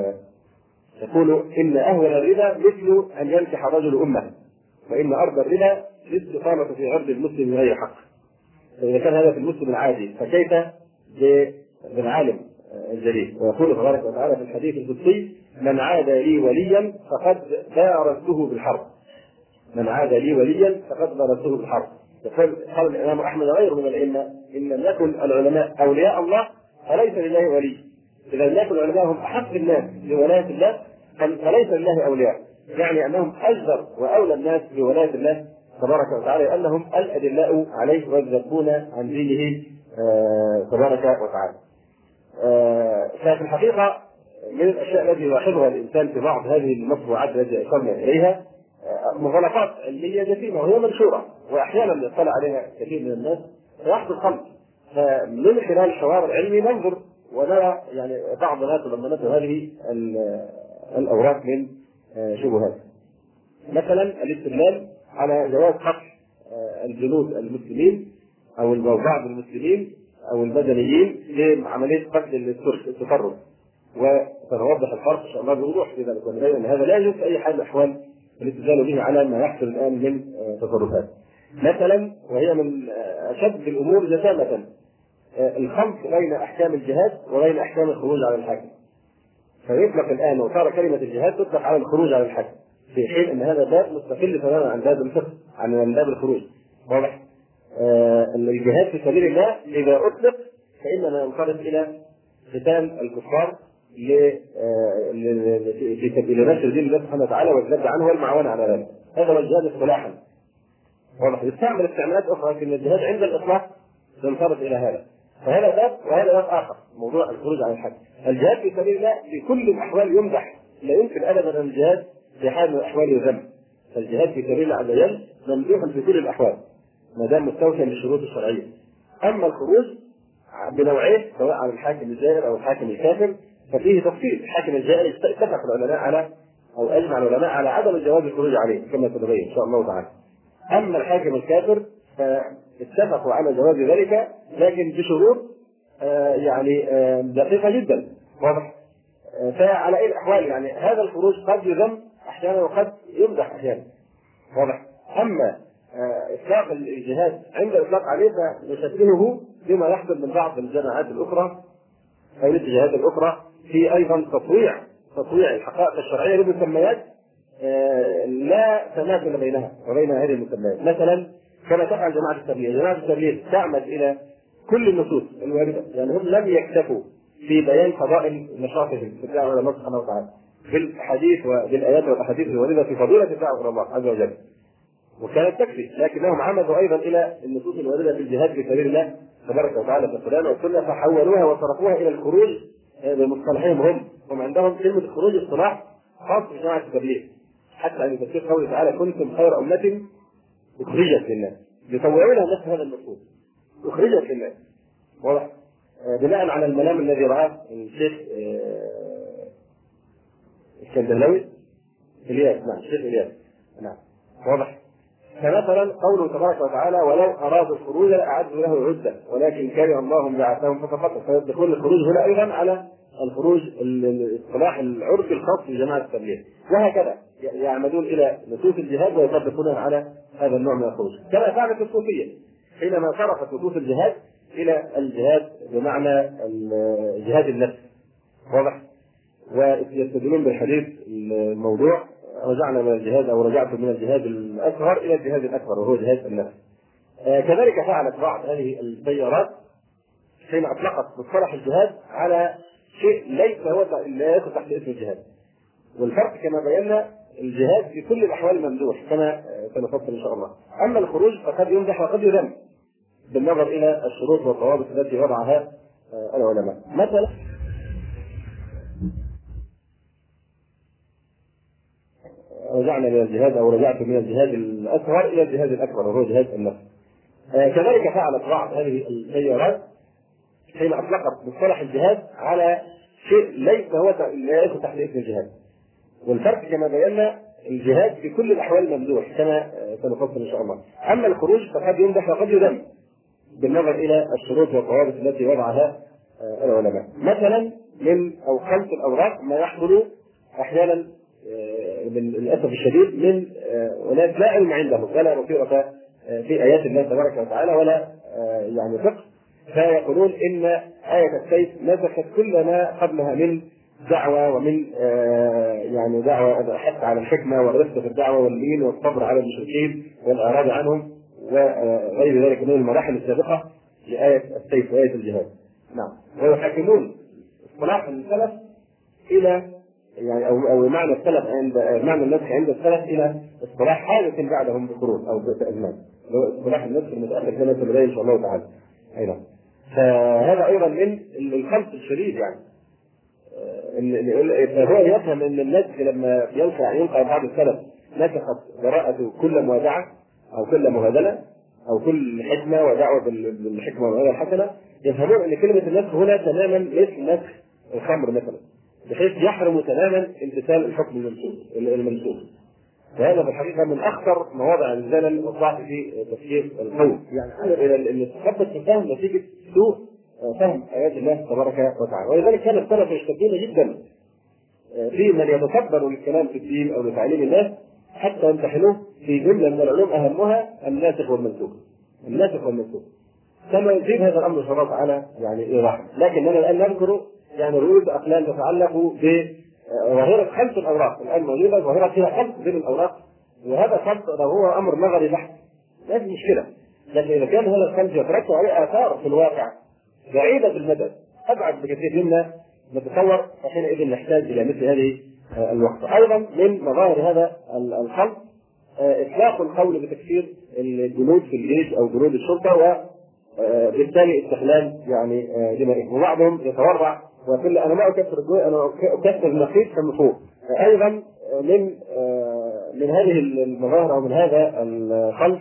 يقول: ان اهون الربا مثل ان ينكح رجل امه، وان ارض الربا الاستقامه في عرض المسلم غير حق. فاذا كان هذا في المسلم العادي فكيف بالعالم الجليل؟ ويقول تبارك وتعالى في الحديث القدسي: من عاد لي وليا فقد بارزته بالحرب. من عاد لي وليا فقد بارزته بالحرب. قال الامام احمد غيره من الائمه: ان لم يكن العلماء اولياء الله فليس لله ولي. اذا لم يكن العلماء هم احق الناس بولايه الله فليس لله اولياء، يعني انهم اجدر واولى الناس بولايه الله تبارك وتعالى، لانهم الادلاء عليه ويذبون عن دينه آه تبارك وتعالى. آه ففي الحقيقه من الاشياء التي يلاحظها الانسان في بعض هذه المطبوعات التي اشرنا اليها آه مغالطات علميه جسيمه وهي منشوره، واحيانا يطلع عليها كثير من الناس فيحصل خلط. فمن خلال الحوار العلمي ننظر ونرى يعني بعض ما تضمنته هذه الاوراق من شبهات. مثلا الاستدلال على جواز قتل الجنود المسلمين او بعض المسلمين او المدنيين لعمليه قتل التطرف، وسنوضح الفرق ان شاء الله بوضوح في ذلك، ونبين ان هذا لا يجوز في اي حال من الاحوال الاستدلال به على ما يحصل الان من تصرفات. مثلا وهي من اشد الامور جسامه الخلط بين احكام الجهاد وبين احكام الخروج على الحاكم. فيطلق الان وصار كلمه الجهاد تطلق على الخروج على الحاكم، في حين ان هذا باب مستقل تماما عن باب الفقه، عن باب الخروج. واضح؟ آه ان الجهاد في سبيل الله اذا اطلق فانما ينصرف الى قتال الكفار في سبيل نشر دين الله سبحانه وتعالى والذب عنه والمعاونه على ذلك. هذا هو الجهاد اصطلاحا. واضح؟ يستعمل استعمالات اخرى في الجهاد عند الاصلاح ينصرف الى هذا. فهذا باب وهذا باب اخر، موضوع الخروج على الحد. الجهاد في سبيل الله في كل الاحوال يمدح، لا يمكن ابدا ان الجهاد في حال من الاحوال يذم. فالجهاد في سبيل الله عز وجل ممدوح في كل الاحوال ما دام مستوفيا للشروط الشرعيه. اما الخروج بنوعين سواء على الحاكم الجائر او الحاكم الكافر ففيه تفصيل. الحاكم الجائر اتفق العلماء على او اجمع العلماء على عدم جواز الخروج عليه كما تبين ان شاء الله تعالى. اما الحاكم الكافر فاتفقوا على جواز ذلك لكن بشروط آه يعني آه دقيقه جدا. واضح؟ آه فعلى اي الاحوال يعني هذا الخروج قد يذم احيانا وقد يمدح احيانا. واضح؟ اما آه اطلاق الجهاد عند اطلاق عليه فنشبهه بما يحصل من بعض الجماعات الاخرى او الاتجاهات الاخرى في ايضا تطويع تطويع الحقائق الشرعيه لمسميات آه لا تماثل بينها وبين هذه المسميات. مثلا كما تفعل جماعه التبليغ، جماعه التبليغ تعمد الى كل النصوص الوارده، يعني هم لم يكتفوا في بيان فضائل نشاطهم في الدعوه الى الله سبحانه وتعالى بالحديث وبالايات والاحاديث الوارده في فضيله الدعوه الى الله عز وجل وكانت تكفي، لكنهم عمدوا ايضا الى النصوص الوارده في الجهاد في سبيل الله تبارك وتعالى في القران والسنه فحولوها وصرفوها الى الخروج بمصطلحهم هم. هم عندهم كلمه الخروج اصطلاح خاص بجماعه التبليغ، حتى ان تفسير قوله تعالى كنتم خير امه اخرجت للناس يطوعون نفس هذا المفهوم اخرجت للناس. واضح؟ بناء على المنام الذي رآه الشيخ الكندهلاوي الياس. نعم الشيخ الياس. نعم. واضح؟ فمثلا قوله تبارك وتعالى ولو ارادوا الخروج لاعدوا له عده ولكن كره الله بعثهم فثبطوا، فيدخل الخروج هنا ايضا على الخروج الاصطلاح العرفي الخاص بجماعه التبليغ، وهكذا يعمدون الى نصوص الجهاد ويطبقونها على هذا النوع من الخروج، كما فعلت الصوفيه حينما صرفت نصوص الجهاد الى الجهاد بمعنى جهاد النفس، واضح؟ ويستدلون بالحديث الموضوع رجعنا من الجهاد او رجعت من الجهاد الاصغر الى الجهاد الاكبر وهو جهاد النفس. آه كذلك فعلت بعض هذه التيارات حين اطلقت مصطلح الجهاد على شيء ليس هو لا يدخل تحت اسم الجهاد، والفرق كما بينا الجهاد في كل الاحوال ممدوح كما سنفصل ان شاء الله، اما الخروج فقد يمدح وقد يذم بالنظر الى الشروط والضوابط التي وضعها العلماء. مثلا رجعنا من الجهاد او رجعت من الجهاد الاصغر الى الجهاد الاكبر وهو جهاد النفس. آه كذلك فعلت بعض هذه التيارات حين اطلقت مصطلح الجهاد على شيء ليس هو لا يدخل تحت اسم الجهاد، والفرق كما بينا الجهاد في كل الاحوال ممدوح كما سنفصل ان شاء الله، اما الخروج فقد يمدح وقد يذم بالنظر الى الشروط والضوابط التي وضعها آه العلماء. مثلا من او خلف الاوراق ما يحصل احيانا من للاسف الشديد من وناس لا علم عندهم ولا بصيرة في ايات الله تبارك وتعالى ولا يعني فقه، فيقولون ان آية السيف نسخت كل ما قبلها من دعوة ومن يعني دعوة حتى على الحكمة والرفق في الدعوة واللين والصبر على المشركين والإعراض عنهم وغير ذلك من المراحل السابقة لآية السيف وآية الجهاد. نعم، ويحاكمون اصطلاح السلف إلى يعني او او معنى السلف عند معنى النسخ عند السلف الى اصطلاح حادث بعدهم بقرون او بازمان، اصطلاح النسخ المتاخر كما سنبين ان شاء الله تعالى. ايضا فهذا ايضا من الخلط الشديد، يعني فهو يفهم ان النسخ لما يلقى يلقى بعض السلف نسخت براءة كل موادعه او كل مهادنه او كل حكمه ودعوه بالحكمه والموعظه الحسنه، يفهمون ان كلمه النسخ هنا تماما مثل نسخ الخمر مثلا، بحيث يحرم تماما امتثال الحكم المنسوخ. وهذا في الحقيقه من اخطر مواضع الزلل والضعف في تفسير القول، يعني الى ان تثبت في الفهم نتيجه سوء فهم ايات الله تبارك وتعالى. ولذلك كان السلف يشتدون جدا في من يتكبر للكلام في الدين او لتعليم الناس حتى يمتحنوه في جمله من العلوم اهمها الناسخ والمنسوخ. الناسخ والمنسوخ كما يزيد هذا الامر ان شاء الله تعالى يعني ايضاحا، لكننا الان نذكر يعني رؤوس اقلام تتعلق بظاهره خلط الاوراق. الان موجوده ظاهره فيها خلط بين الاوراق، وهذا خلط لو هو امر نظري بحت لا في مشكله، لكن اذا كان هذا الخلط يترتب عليه اثار في الواقع بعيده المدى ابعد بكثير مما نتصور، فحينئذ نحتاج الى مثل هذه الوقفه. ايضا من مظاهر هذا الخلط اطلاق القول بتكفير الجنود في الجيش او جنود الشرطه وبالتالي استخلال يعني دمائهم، وبعضهم يتورع ويقول انا ما اكفر الجنود انا اكفر النقيب فمن فوق. ايضا من من هذه المظاهر او من هذا الخلط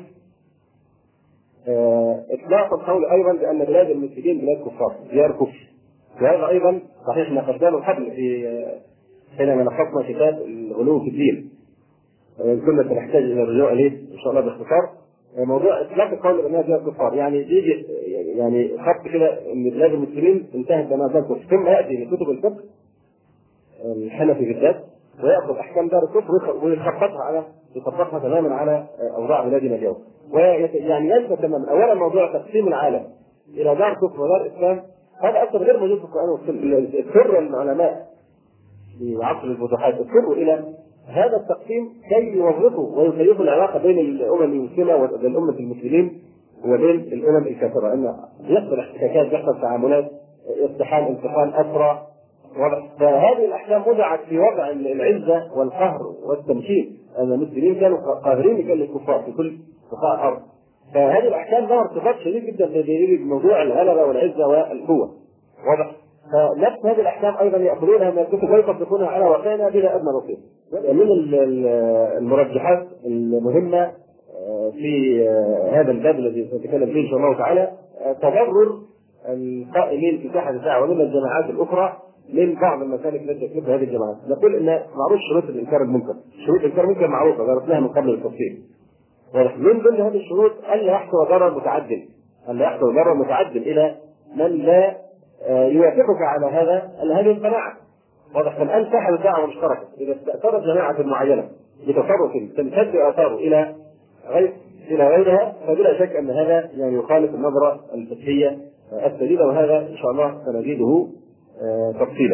اطلاق القول ايضا بان بلاد المسلمين بلاد كفار ديار كفر، وهذا ايضا صحيح ما قدمه قبل في حينما نقصنا كتاب الغلو في الدين، كنا سنحتاج الى الرجوع اليه ان شاء الله باختصار. موضوع اطلاق القول بانها بلاد كفار يعني يجي يعني خط كده ان بلاد المسلمين انتهت بانها بلاد كفر، ثم ياتي لكتب الفقه الحنفي بالذات وياخذ احكام دار الكفر ويخططها على يطبقها تماما على اوضاع بلادنا اليوم، ويعني يثبت تماما. اولا موضوع تقسيم العالم الى دار كفر ودار اسلام هذا اصلا غير موجود في القران والسنه. اضطر العلماء في عصر الفتوحات اضطروا الى هذا التقسيم كي يوظفوا ويكيفوا العلاقه بين الامم المسلمه وبين امه المسلمين وبين الامم الكافره، ان يحصل احتكاكات يحصل تعاملات اقتحام امتحان اسرى. فهذه الاحكام وضعت في وضع العزه والقهر والتمكين، ان المسلمين كانوا قاهرين للكفار في كل بقاع الارض، فهذه الاحكام لها ارتباط شديد جدا بموضوع الغلبه والعزه والقوه. واضح؟ فنفس هذه الاحكام ايضا ياخذونها من الكتب ويطبقونها على واقعنا بلا ادنى بسيط. من المرجحات المهمه في هذا الباب الذي سنتكلم فيه ان شاء الله تعالى تضرر القائمين في ساحه الدعوه من الجماعات الاخرى من بعض المسالك التي تكتبها هذه الجماعات. نقول ان معروف شروط الانكار المنكر، شروط الانكار المنكر معروفه درسناها من قبل التفصيل. من ضمن هذه الشروط ألا يحصل ضرر متعد، ألا يحصل ضرر متعد إلى من لا يوافقك على هذا هذه القناعة. واضح؟ فالآن صاحب الدعوة المشتركة إذا استأثرت جماعة معينة بتصرف تمتد آثاره إلى غير إلى غيرها، فبلا شك أن هذا يعني يخالف النظرة الفقهية السديدة، وهذا إن شاء الله سنزيده تفصيلا.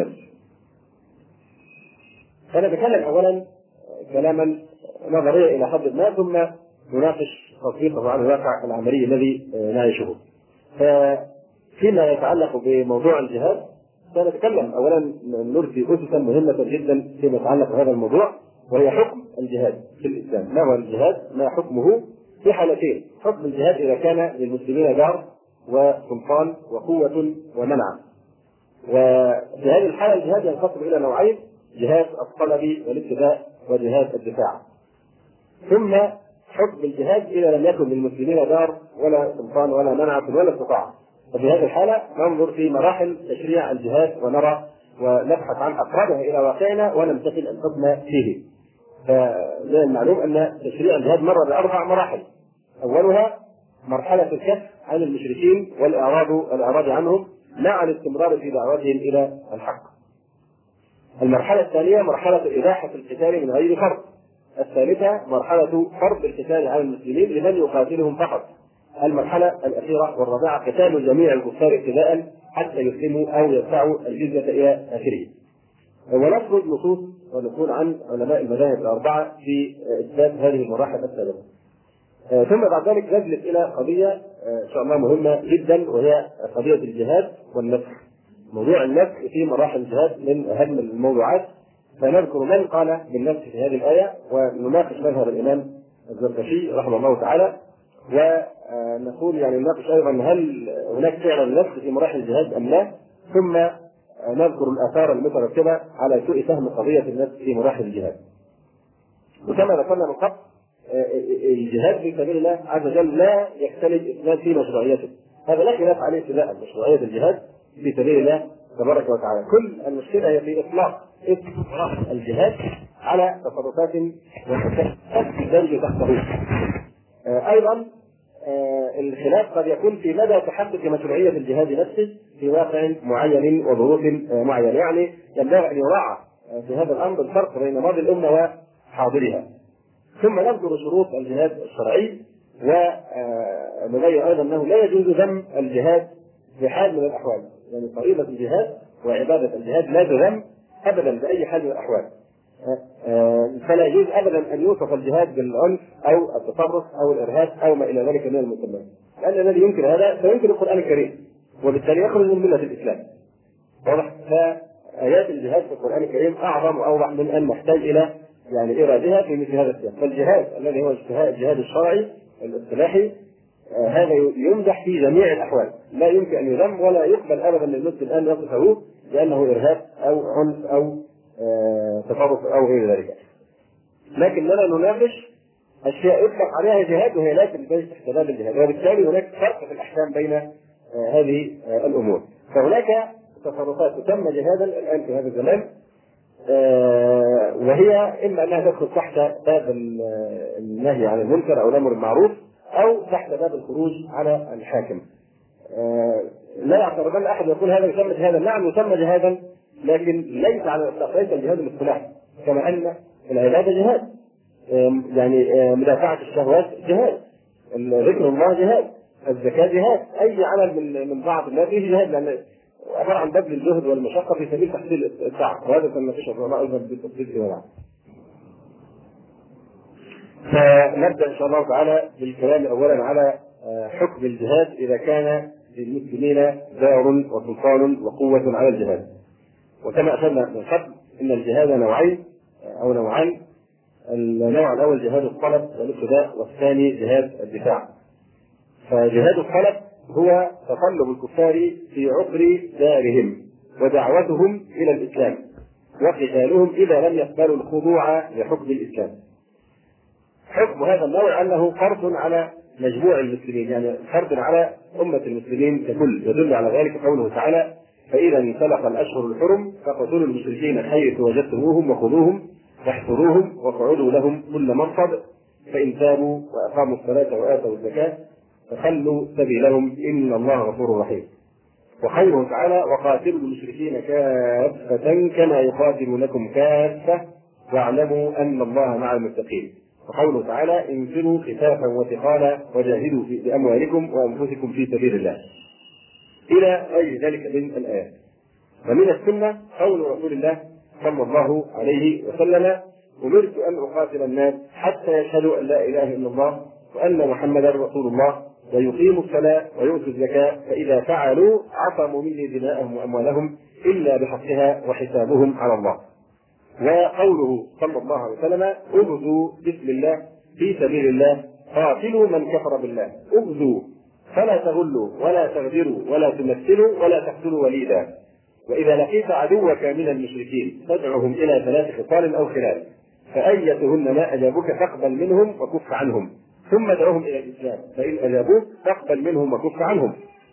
فنتكلم أولا كلاما نظريا إلى حد ما، ثم نناقش تطبيقه على الواقع العملي الذي نعيشه. فيما يتعلق بموضوع الجهاد سنتكلم أولا نرسي أسسا مهمة جدا فيما يتعلق بهذا الموضوع، وهي حكم الجهاد في الإسلام. ما هو الجهاد؟ ما حكمه في حالتين. حكم الجهاد إذا كان للمسلمين دار وسلطان وقوة ومنع. وفي هذه الحالة الجهاد ينقسم إلى نوعين: جهاد الطلب والابتداء وجهاد الدفاع. ثم حكم الجهاد إذا لم يكن للمسلمين دار ولا سلطان ولا منع ولا استطاعة. ففي هذه الحالة ننظر في مراحل تشريع الجهاد ونرى ونبحث عن أقربها إلى واقعنا ونمتثل الحكم فيه. فمن المعلوم أن تشريع الجهاد مر بأربع مراحل. أولها مرحلة الكف عن المشركين والإعراض الإعراض عنهم مع الاستمرار في دعوتهم إلى الحق. المرحلة الثانية مرحلة إباحة القتال من غير فرض. الثالثة مرحلة فرض القتال على المسلمين لمن يقاتلهم فقط. المرحلة الأخيرة والرابعة قتال جميع الكفار ابتداء حتى يسلموا أو يدفعوا الجزية إلى آخره. ونفرض نصوص ونقول عن علماء المذاهب الأربعة في إثبات هذه المراحل الثلاثة. ثم بعد ذلك نجلس إلى قضية إن شاء الله مهمة جدا، وهي قضية الجهاد والنسخ. موضوع النسخ في مراحل الجهاد من أهم الموضوعات، فنذكر من قال بالنسخ في هذه الآية، ونناقش مذهب الإمام الزركشي رحمه الله تعالى، ونقول يعني نناقش أيضا هل هناك فعلا نسخ في مراحل الجهاد أم لا، ثم نذكر الآثار المترتبة على سوء فهم قضية النسخ في مراحل الجهاد. وكما ذكرنا من قبل الجهاد في سبيل الله عز وجل لا يختلف اثنان في مشروعيته، هذا لا خلاف عليه ابتداء. مشروعية الجهاد في سبيل الله تبارك وتعالى، كل المشكلة هي في إطلاق اسم الجهاد على تصرفات تندرج تحته. أيضا الخلاف قد يكون في مدى تحقق مشروعية الجهاد نفسه في واقع معين وظروف معينة، يعني ينبغي أن يراعى في هذا الأمر الفرق بين ماضي الأمة وحاضرها. ثم نذكر شروط الجهاد الشرعي، ونبين أيضا أنه لا يجوز ذم الجهاد في حال من الأحوال، يعني فريضة الجهاد وعبادة الجهاد لا تذم أبدا بأي حال من الأحوال. فلا يجوز أبدا أن يوصف الجهاد بالعنف أو التطرف أو الإرهاب أو ما إلى ذلك من المسميات، لأن الذي ينكر هذا فينكر القرآن الكريم، وبالتالي يخرج من ملة الإسلام. واضح؟ فآيات الجهاد في القرآن الكريم أعظم وأوضح من أن نحتاج إلى يعني إرادها في مثل هذا السياق. فالجهاد الذي هو الجهاد الشرعي الاصطلاحي آه هذا يمدح في جميع الأحوال، لا يمكن أن يذم ولا يقبل أبدا للمسلم أن يصفه بأنه إرهاب أو عنف أو آه تطرف أو غير ذلك. لكننا نناقش أشياء يطلق عليها جهاد وهي لا تندرج تحت باب الجهاد، وبالتالي هناك فرق في الأحكام بين آه هذه آه الأمور. فهناك تصرفات تسمى جهادا الآن في هذا الزمان، آه وهي إما أنها تدخل تحت باب النهي عن المنكر أو الأمر بالمعروف، أو تحت باب الخروج على الحاكم. آه لا يعترضن أحد يقول هذا يسمى جهادا. نعم يسمى جهادا، لكن ليس على الإطلاق، ليس الجهاد الاصطلاحي، كما أن العبادة جهاد، آه يعني آه مدافعة الشهوات جهاد، ذكر الله جهاد، الزكاة جهاد، أي عمل من من بعض الله فيه جهاد، لأن عبارة عن بذل الجهد والمشقة في سبيل تحصيل السعة، وهذا كما في العلماء أيضا بالتفصيل فيما بعد. فنبدأ إن شاء الله تعالى بالكلام أولا على حكم الجهاد إذا كان للمسلمين دار وسلطان وقوة على الجهاد. وكما أشرنا من قبل إن الجهاد نوعين أو نوعان، النوع الأول جهاد الطلب والابتداء، والثاني جهاد الدفاع. فجهاد الطلب هو تطلب الكفار في عقر دارهم ودعوتهم إلى الإسلام وقتالهم إذا لم يقبلوا الخضوع لحكم الإسلام. حكم هذا النوع أنه فرض على مجموع المسلمين، يعني فرض على أمة المسلمين ككل. يدل على ذلك قوله تعالى: فإذا انسلخ الأشهر الحرم فاقتلوا المشركين حيث وجدتموهم وخذوهم واحصروهم واقعدوا لهم كل مرصد فإن تابوا وأقاموا الصلاة وآتوا الزكاة فخلوا سبيلهم إن الله غفور رحيم. وقوله تعالى وقاتلوا المشركين كافة كما يقاتلونكم كافة واعلموا أن الله مع المتقين. وقوله تعالى انفروا خفافا وثقالا وجاهدوا بأموالكم وأنفسكم في سبيل الله إلى غير ذلك من الآيات. ومن السنة قول رسول الله صلى الله عليه وسلم أمرت أن أقاتل الناس حتى يشهدوا أن لا إله إلا الله وأن محمدا رسول الله ويقيموا الصلاة ويؤتوا الزكاة فإذا فعلوا عصموا مني دماءهم وأموالهم إلا بحقها وحسابهم على الله. وقوله صلى الله عليه وسلم اغزوا بسم الله في سبيل الله قاتلوا من كفر بالله اغزوا فلا تغلوا ولا تغدروا ولا تمثلوا ولا تقتلوا وليدا. وإذا لقيت عدوك من المشركين فادعهم إلى ثلاث خصال أو خلال فأيتهن ما أجابوك فاقبل منهم وكف عنهم ثم ادعوهم إلى الإسلام فإن أجابوك فاقبل منهم وكف عنهم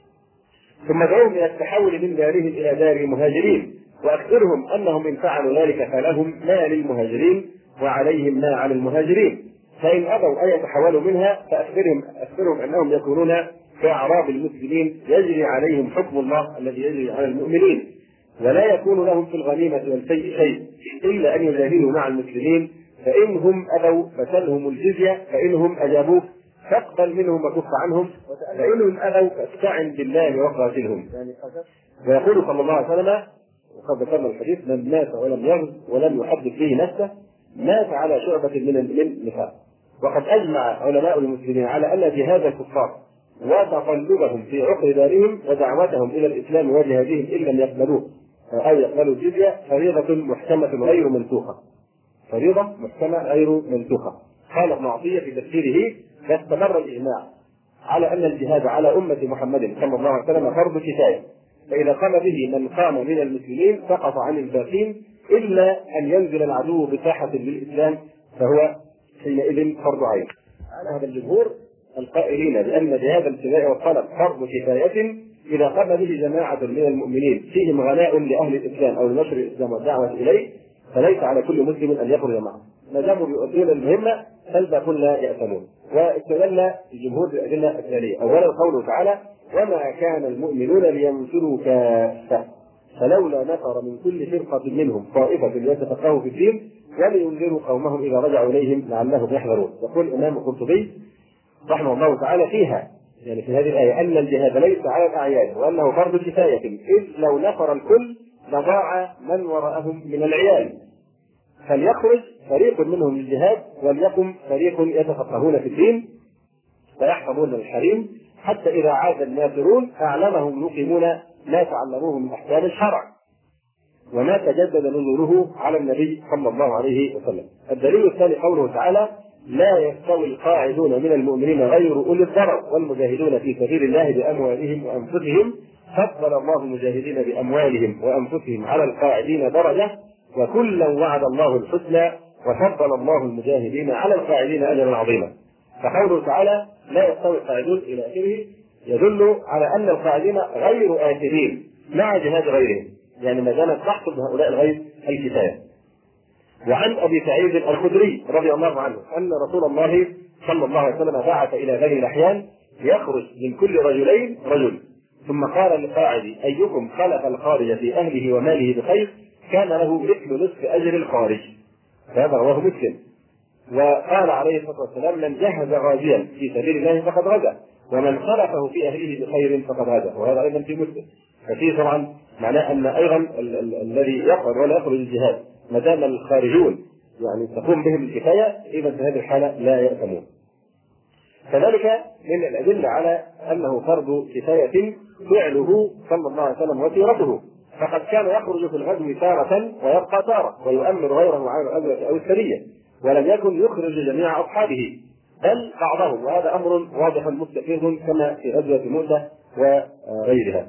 ثم ادعوهم إلى التحول من دارهم إلى دار المهاجرين وأخبرهم أنهم إن فعلوا ذلك فلهم ما للمهاجرين وعليهم ما على المهاجرين فإن أبوا أن يتحولوا منها فأخبرهم أخبرهم أنهم يكونون كأعراب المسلمين يجري عليهم حكم الله الذي يجري على المؤمنين ولا يكون لهم في الغنيمة والشيء شيء إلا أن يجاهدوا مع المسلمين فإنهم أبوا فسلهم الجزية فإنهم أجابوك فاقبل منهم وكف عنهم فإنهم أبوا فاستعن بالله وقاتلهم. ويقول صلى الله عليه وسلم وقد ذكرنا الحديث من مات ولم يغز ولم يحدث به نفسه مات على شعبة من النفاق. وقد أجمع علماء المسلمين على أن جهاد الكفار وتقلبهم في عقر دارهم ودعوتهم إلى الإسلام وجهادهم إن لم يقبلوه أو يقبلوا الجزية فريضة محكمة غير منسوخة فريضة محكمة غير منسوخة. قال ابن عطية في تفسيره فاستمر الإجماع على أن الجهاد على أمة محمد صلى الله عليه وسلم فرض كفاية فإذا قام به من قام من المسلمين سقط عن الباقين إلا أن ينزل العدو بساحة للإسلام فهو حينئذ فرض عين. على هذا الجمهور القائلين بأن جهاد الابتداء والطلب فرض كفاية إذا قام به جماعة من المؤمنين فيهم غناء لأهل الإسلام أو لنشر الإسلام والدعوة إليه فليس على كل مسلم أن يخرج معه ما داموا يؤدون المهمة فالباقون لا يأثمون. واستدل الجمهور بالأدلة التالية أولا قوله تعالى وما كان المؤمنون لينفروا كافة فلولا نفر من كل فرقة منهم طائفة ليتفقهوا في الدين ولينذروا قومهم إذا رجعوا إليهم لعلهم يحذرون. يقول الإمام القرطبي رحمه الله تعالى فيها يعني في هذه الآية أن الجهاد ليس على الأعيان وأنه فرض كفاية إذ لو نفر الكل لضاع من وراءهم من العيال فليخرج فريق منهم للجهاد وليقم فريق يتفقهون في الدين فيحفظون الحريم حتى إذا عاد النافرون أعلمهم يقيمون ما تعلموه من أحكام الشرع وما تجدد نزوله على النبي صلى الله عليه وسلم. الدليل الثاني قوله تعالى لا يستوي القاعدون من المؤمنين غير أولي الضرر والمجاهدون في سبيل الله بأموالهم وأنفسهم فضل الله المجاهدين بأموالهم وأنفسهم على القاعدين درجة وكلا وعد الله الحسنى وفضل الله المجاهدين على القاعدين أجرا عظيما. فقوله تعالى لا يستوي القاعدون إلى آخره يدل على أن القاعدين غير آثمين مع جهاد غيرهم يعني ما دامت تحصل هؤلاء الغير الكفاية. وعن أبي سعيد الخدري رضي الله عنه أن رسول الله صلى الله عليه وسلم بعث إلى بني لحيان يخرج من كل رجلين رجل ثم قال للقاعد أيكم خلف الخارج في أهله وماله بخير كان له مثل نصف أجر الخارج هذا رواه مسلم. وقال عليه الصلاة والسلام من جهز غازيا في سبيل الله فقد غزا ومن خلفه في أهله بخير فقد غزا وهذا أيضا في مسلم. ففيه طبعا معناه أن أيضا ال- ال- الذي يخرج ولا يخرج الجهاد ما دام الخارجون يعني تقوم بهم الكفاية إذا في هذه الحالة لا يأثمون. كذلك من الأدلة على أنه فرض كفاية فعله صلى الله عليه وسلم وسيرته فقد كان يخرج في الغزو تارة ويبقى تارة ويؤمر غيره على الغزوة أو السرية ولم يكن يخرج جميع أصحابه بل بعضهم وهذا أمر واضح مستفيض كما في غزوة موسى وغيرها.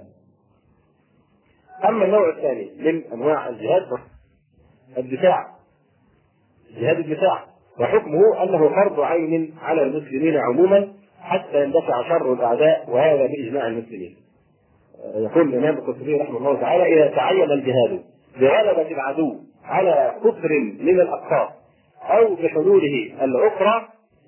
أما النوع الثاني من أنواع الجهاد الدفاع جهاد الدفاع وحكمه أنه فرض عين على المسلمين عموما حتى يندفع شر الأعداء وهذا بإجماع المسلمين. يقول الإمام القرطبي رحمه الله تعالى إذا تعين الجهاد بغلبة العدو على كفر من الأقطار أو بحلوله الأخرى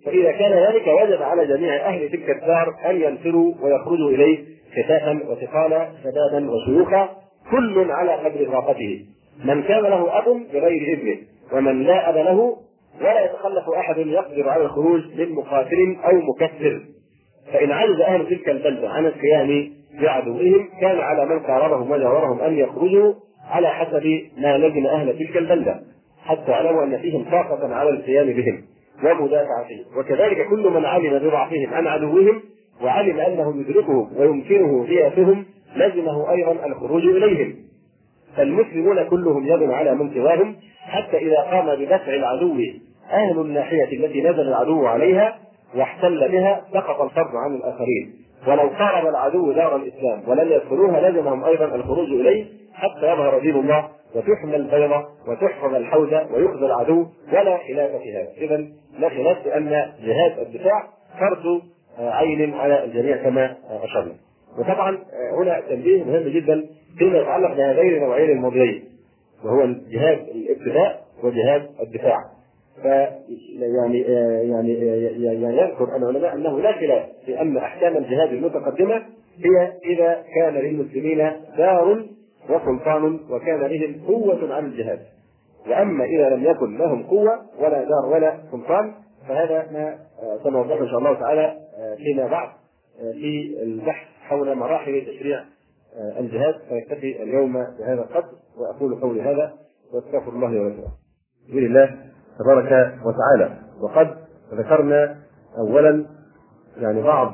فإذا كان ذلك وجب على جميع أهل تلك الدار أن ينفروا ويخرجوا إليه كفافا وثقالا شبابا وشيوخا كل على قدر طاقته، من كان له أب بغير إذنه، ومن لا أب له، ولا يتخلف أحد يقدر على الخروج من مقاتل أو مكفر. فإن عجز أهل تلك البلدة عن القيام بعدوهم كان على من قاربهم وجاورهم أن يخرجوا على حسب ما لزم أهل تلك البلدة، حتى علموا أن فيهم طاقة على القيام بهم ومدافعتهم. وكذلك كل من علم بضعفهم عن عدوهم وعلم أنه يدركهم ويمكنه ضيافهم لزمه أيضا الخروج إليهم. فالمسلمون كلهم يد على من سواهم، حتى إذا قام بدفع العدو أهل الناحية التي نزل العدو عليها واحتل بها سقط الفرض عن الآخرين. ولو قارب العدو دار الإسلام ولم يدخلوها لزمهم أيضا الخروج إليه حتى يظهر دين الله وتحمى البيضة وتحفظ الحوزة ويخزى العدو، ولا خلاف في هذا. إذن لا خلاف أن جهاد الدفاع فرض عين على الجميع كما أشرنا. وطبعا هنا تنبيه مهم جدا فيما يتعلق بهذين النوعين الماضيين، وهو جهاد الابتداء وجهاد الدفاع. ف يعني يعني يعني يذكر العلماء انه لا خلاف في ان احكام الجهاد المتقدمه هي اذا كان للمسلمين دار وسلطان وكان بهم قوه على الجهاد. واما اذا لم يكن لهم قوه ولا دار ولا سلطان فهذا ما سنوضحه ان شاء الله تعالى فيما بعد في البحث حول مراحل تشريع الجهاد. فيكتفي اليوم بهذا القدر، واقول قولي هذا واستغفر الله لي ولكم. بسم الله تبارك وتعالى. وقد ذكرنا اولا يعني بعض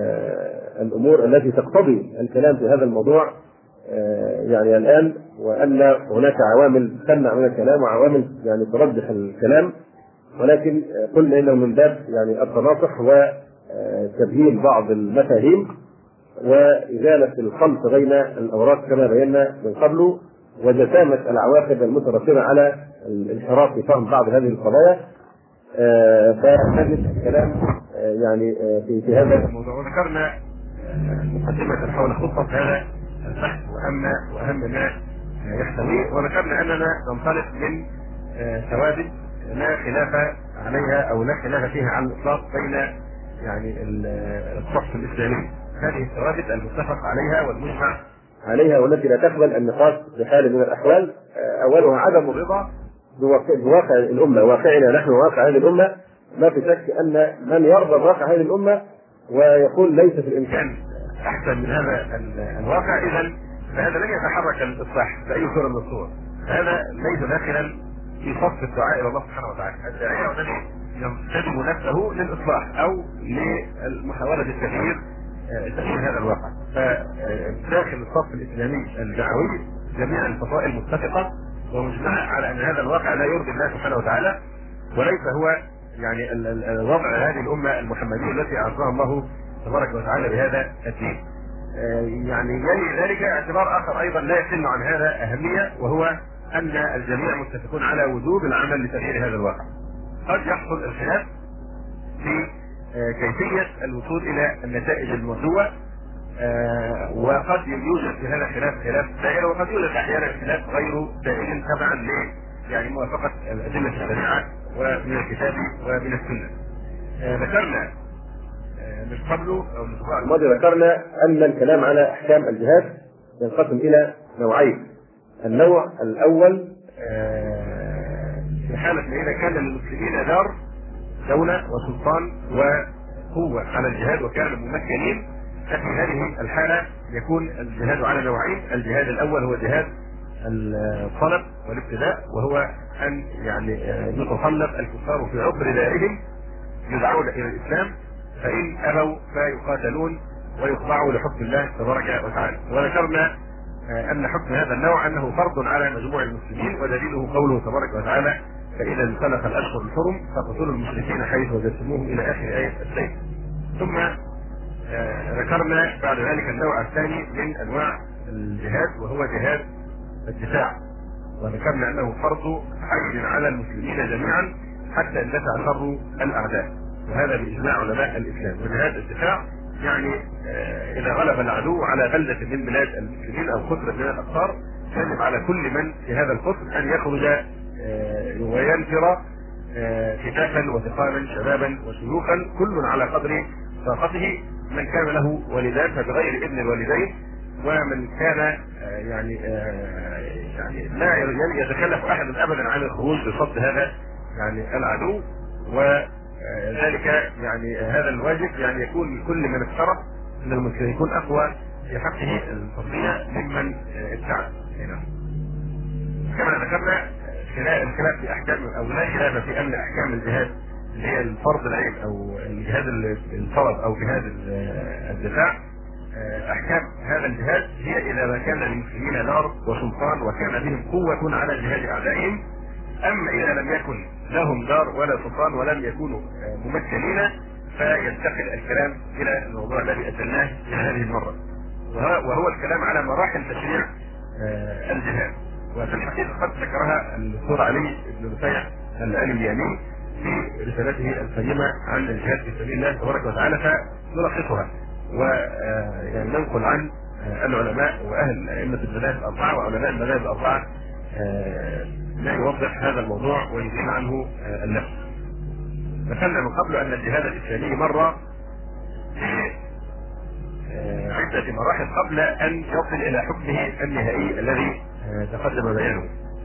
الامور التي تقتضي الكلام في هذا الموضوع يعني الان، وان هناك عوامل تمنع من الكلام وعوامل يعني ترجح الكلام، ولكن قلنا انه من باب يعني التناصح وتبيين بعض المفاهيم وازاله الخلط بين الاوراق كما بينا من قبل، وجسامه العواقب المترتبه على الانحراف في فهم بعض هذه القضايا. فنجد الكلام يعني في في هذا الموضوع. وذكرنا مقدمه حول خطه هذا البحث واهم واهم ما يحتويه، وذكرنا اننا ننطلق من ثوابت لا خلاف عليها او لا خلاف فيها على الاطلاق بين يعني الصف الاسلامي. هذه الثوابت المتفق عليها والمجمع عليها والتي لا تقبل النقاش بحال من الاحوال. اولها عدم الرضا بواقع الامه، واقعنا نحن واقع هذه الامه. ما في شك ان من يرضى بواقع هذه الامه ويقول ليس في الامكان احسن من هذا الواقع، اذا فهذا لن يتحرك الاصلاح باي صوره من الصور. هذا ليس داخلا في صف الدعاء الى الله سبحانه وتعالى. الداعيه هو الذي ينتدب نفسه للاصلاح او لمحاوله التغيير تغيير هذا الواقع. فداخل الصف الاسلامي الدعوي جميع الفصائل متفقه ومجمعه على ان هذا الواقع لا يرضي الله سبحانه وتعالى، وليس هو يعني وضع هذه الامه المحمديه التي اعطاها الله تبارك وتعالى بهذا الدين. يعني يلي ذلك اعتبار اخر ايضا لا يقل عن هذا اهميه، وهو ان الجميع متفقون على وجوب العمل لتغيير هذا الواقع. قد يحصل الخلاف في كيفيه الوصول الى النتائج المرجوه، وقد يوجد في هذا الخلاف خلاف دائري، وقد يوجد احيانا خلاف غير دائري تبعا ل يعني موافقه الادله الشريعه ومن الكتاب ومن السنه. ذكرنا من قبل او من الاسبوع الماضي ذكرنا ان الكلام على احكام الجهاد ينقسم الى نوعين. النوع الاول في حاله اذا كان للمسلمين دار دوله وسلطان وقوه على الجهاد وكانوا ممكنين، ففي هذه الحاله يكون الجهاد على نوعين. الجهاد الاول هو جهاد الطلب والابتداء، وهو ان يعني يتطلب الكفار في عقر دارهم يدعون الى الاسلام، فان ابوا فيقاتلون ويخضعوا لحكم الله تبارك وتعالى. وذكرنا ان حكم هذا النوع انه فرض على مجموع المسلمين، ودليله قوله تبارك وتعالى: فاذا انسلخ الاشهر الحرم فاقتلوا المشركين حيث وجدتموهم الى اخر ايه السيف. ثم ذكرنا بعد ذلك النوع الثاني من انواع الجهاد وهو جهاد الدفاع، وذكرنا انه فرض عين على المسلمين جميعا حتى اندفع شر الاعداء، وهذا باجماع علماء الاسلام. وجهاد الدفاع يعني اذا غلب العدو على بلده من بلاد المسلمين او قطر من الاقطار، يجب على كل من في هذا القطر ان يخرج وينفر كتافا وثقالا شبابا وشيوخا كل على قدر طاقته، من كان له والدان فبغير اذن الوالدين، ومن كان يعني يعني لا يتكلف احد ابدا عن الخروج بصد هذا يعني العدو، وذلك يعني هذا الواجب يعني يكون لكل من اقترب من المسلمين يكون اقوى في حقه الفضيله ممن ابتعد. كما ذكرنا الخلاف في احكام او لا خلاف في ان احكام الجهاد اللي هي الفرض العين او الجهاد الفرض او جهاد الدفاع، احكام هذا الجهاد هي اذا ما كان للمسلمين نار وسلطان وكان بهم قوه على جهاد اعدائهم. اما اذا لم يكن لهم دار ولا سلطان ولم يكونوا ممكنين فينتقل الكلام الى الموضوع الذي اتيناه في هذه المره، وهو الكلام على مراحل تشريع الجهاد. وفي الحقيقه قد ذكرها الدكتور علي بن رفيع الالياني في رسالته القيمه عن الجهاد في سبيل الله تبارك وتعالى، فنلخصها ويعني ننقل عن العلماء واهل ائمه المذاهب الاربعه وعلماء المذاهب الاربعه ما يوضح هذا الموضوع ويزيل عنه اللبس. ذكرنا من قبل ان الجهاد الاسلامي مر في عده مراحل قبل ان يصل الى حكمه النهائي الذي تقدم بيانه.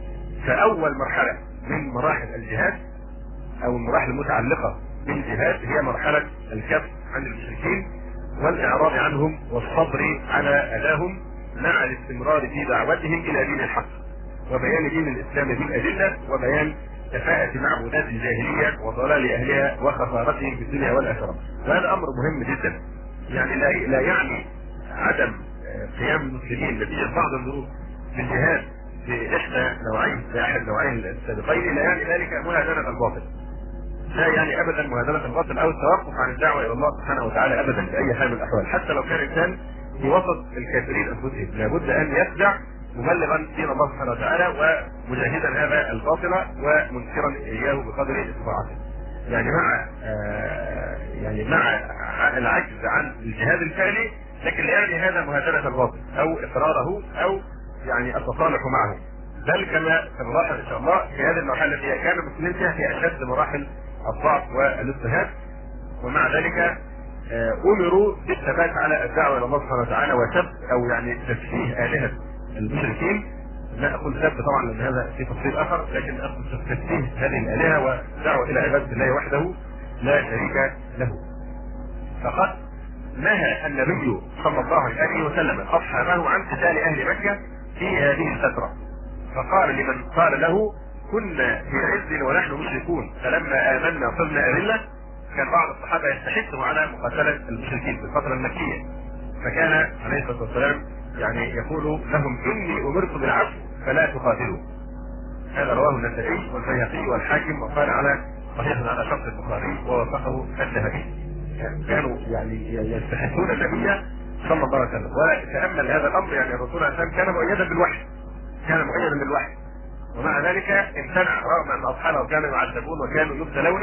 فاول مرحله من مراحل الجهاد او المراحل المتعلقه بالجهاد هي مرحله الكف عن المشركين والاعراض عنهم والصبر على اذاهم مع الاستمرار في دعوتهم الى دين الحق وبيان دين الاسلام بالادله وبيان كفاءة معبودات الجاهليه وضلال اهلها وخسارتهم في الدنيا والاخره. وهذا امر مهم جدا، يعني لا لا يعني عدم قيام المسلمين نتيجه بعض الظروف بالجهاد في احدى نوعين في احد نوعين السابقين، لا يعني ذلك مهادنه الباطل. لا يعني ابدا مهادنه الباطل او التوقف عن الدعوه الى الله سبحانه وتعالى ابدا باي حال من الاحوال، حتى لو كان انسان في وسط الكافرين انفسهم لابد ان يخدع مبلغا دين الله سبحانه وتعالى ومجاهدا هذا الباطل ومنكرا اياه بقدر استطاعته. يعني مع آه يعني مع العجز عن الجهاد الفعلي، لكن لا يعني هذا مهادنه الباطل او اقراره او يعني التصالح معه، بل كما سنلاحظ ان شاء الله في هذه المرحله التي كان المسلمين فيها في اشد مراحل الضعف والاضطهاد، ومع ذلك امروا بالثبات على الدعوه الى الله سبحانه وتعالى وسب او يعني تسفيه الهه المشركين. لا اقول سب طبعا لان هذا في تفصيل اخر، لكن اقول تسفيه هذه الالهه والدعوه الى عباده الله وحده لا شريك له. فقد نهى النبي صلى الله عليه وسلم اصحابه عن قتال اهل مكه في هذه الفتره، فقال لمن قال له كنا في عز ونحن مشركون فلما امنا صرنا اذله، كان بعض الصحابه يستحثوا على مقاتله المشركين في الفتره المكيه، فكان عليه الصلاه والسلام يعني يقول لهم اني امرت بالعفو فلا تقاتلوا. هذا رواه النسائي والبيهقي والحاكم وقال على صحيح على شرط البخاري ووثقه الذهبي. يعني كانوا يعني يستحثون النبي صلى الله عليه وسلم، وتامل هذا الامر يعني الرسول عليه السلام كان مؤيدا بالوحي، كان مؤيدا بالوحي، ومع ذلك امتنع رغم ان اصحابه كانوا يعذبون وكانوا يبتلون،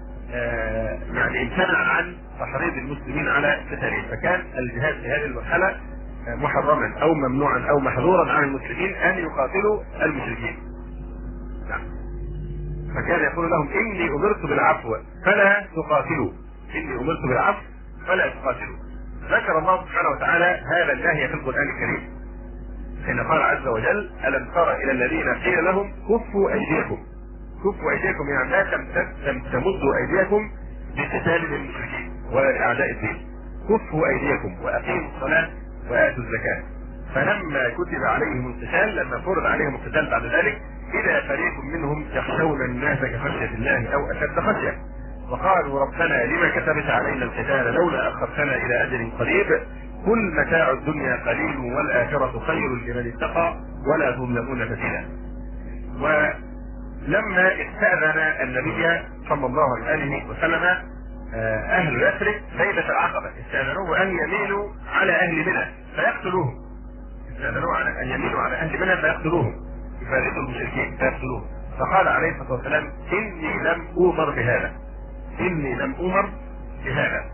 آه يعني امتنع عن تحريض المسلمين على قتالهم، فكان الجهاد في هذه المرحله آه محرما او ممنوعا او محظورا عن المسلمين ان يقاتلوا المشركين. نعم. فكان يقول لهم اني امرت بالعفو فلا تقاتلوا، اني امرت بالعفو فلا تقاتلوا. ذكر الله سبحانه وتعالى هذا النهي في القران الكريم حين قال عز وجل الم تر الى الذين قيل لهم كفوا ايديكم. كفوا ايديكم يعني لا تمدوا ايديكم لقتال المشركين ولا اعداء الدين. كفوا ايديكم واقيموا الصلاه واتوا الزكاه. فلما كتب عليهم القتال، لما فرض عليهم القتال بعد ذلك، اذا فريق منهم يخشون الناس كخشيه الله او اشد خشيه، وقالوا ربنا لما كتبت علينا القتال لولا اخرتنا الى اجل قريب قل متاع الدنيا قليل والاخره خير لمن اتقى ولا تظلمون فتيلا. ولما استاذن النبي صلى الله عليه وسلم اهل يثرب ليله العقبه، استاذنوه ان يميلوا على اهل منى فيقتلوهم، استاذنوه على ان يميلوا على اهل منى فيقتلوهم، يفارقوا المشركين فيقتلوهم. فقال عليه الصلاه والسلام اني لم اومر بهذا، اني لم اومر بهذا.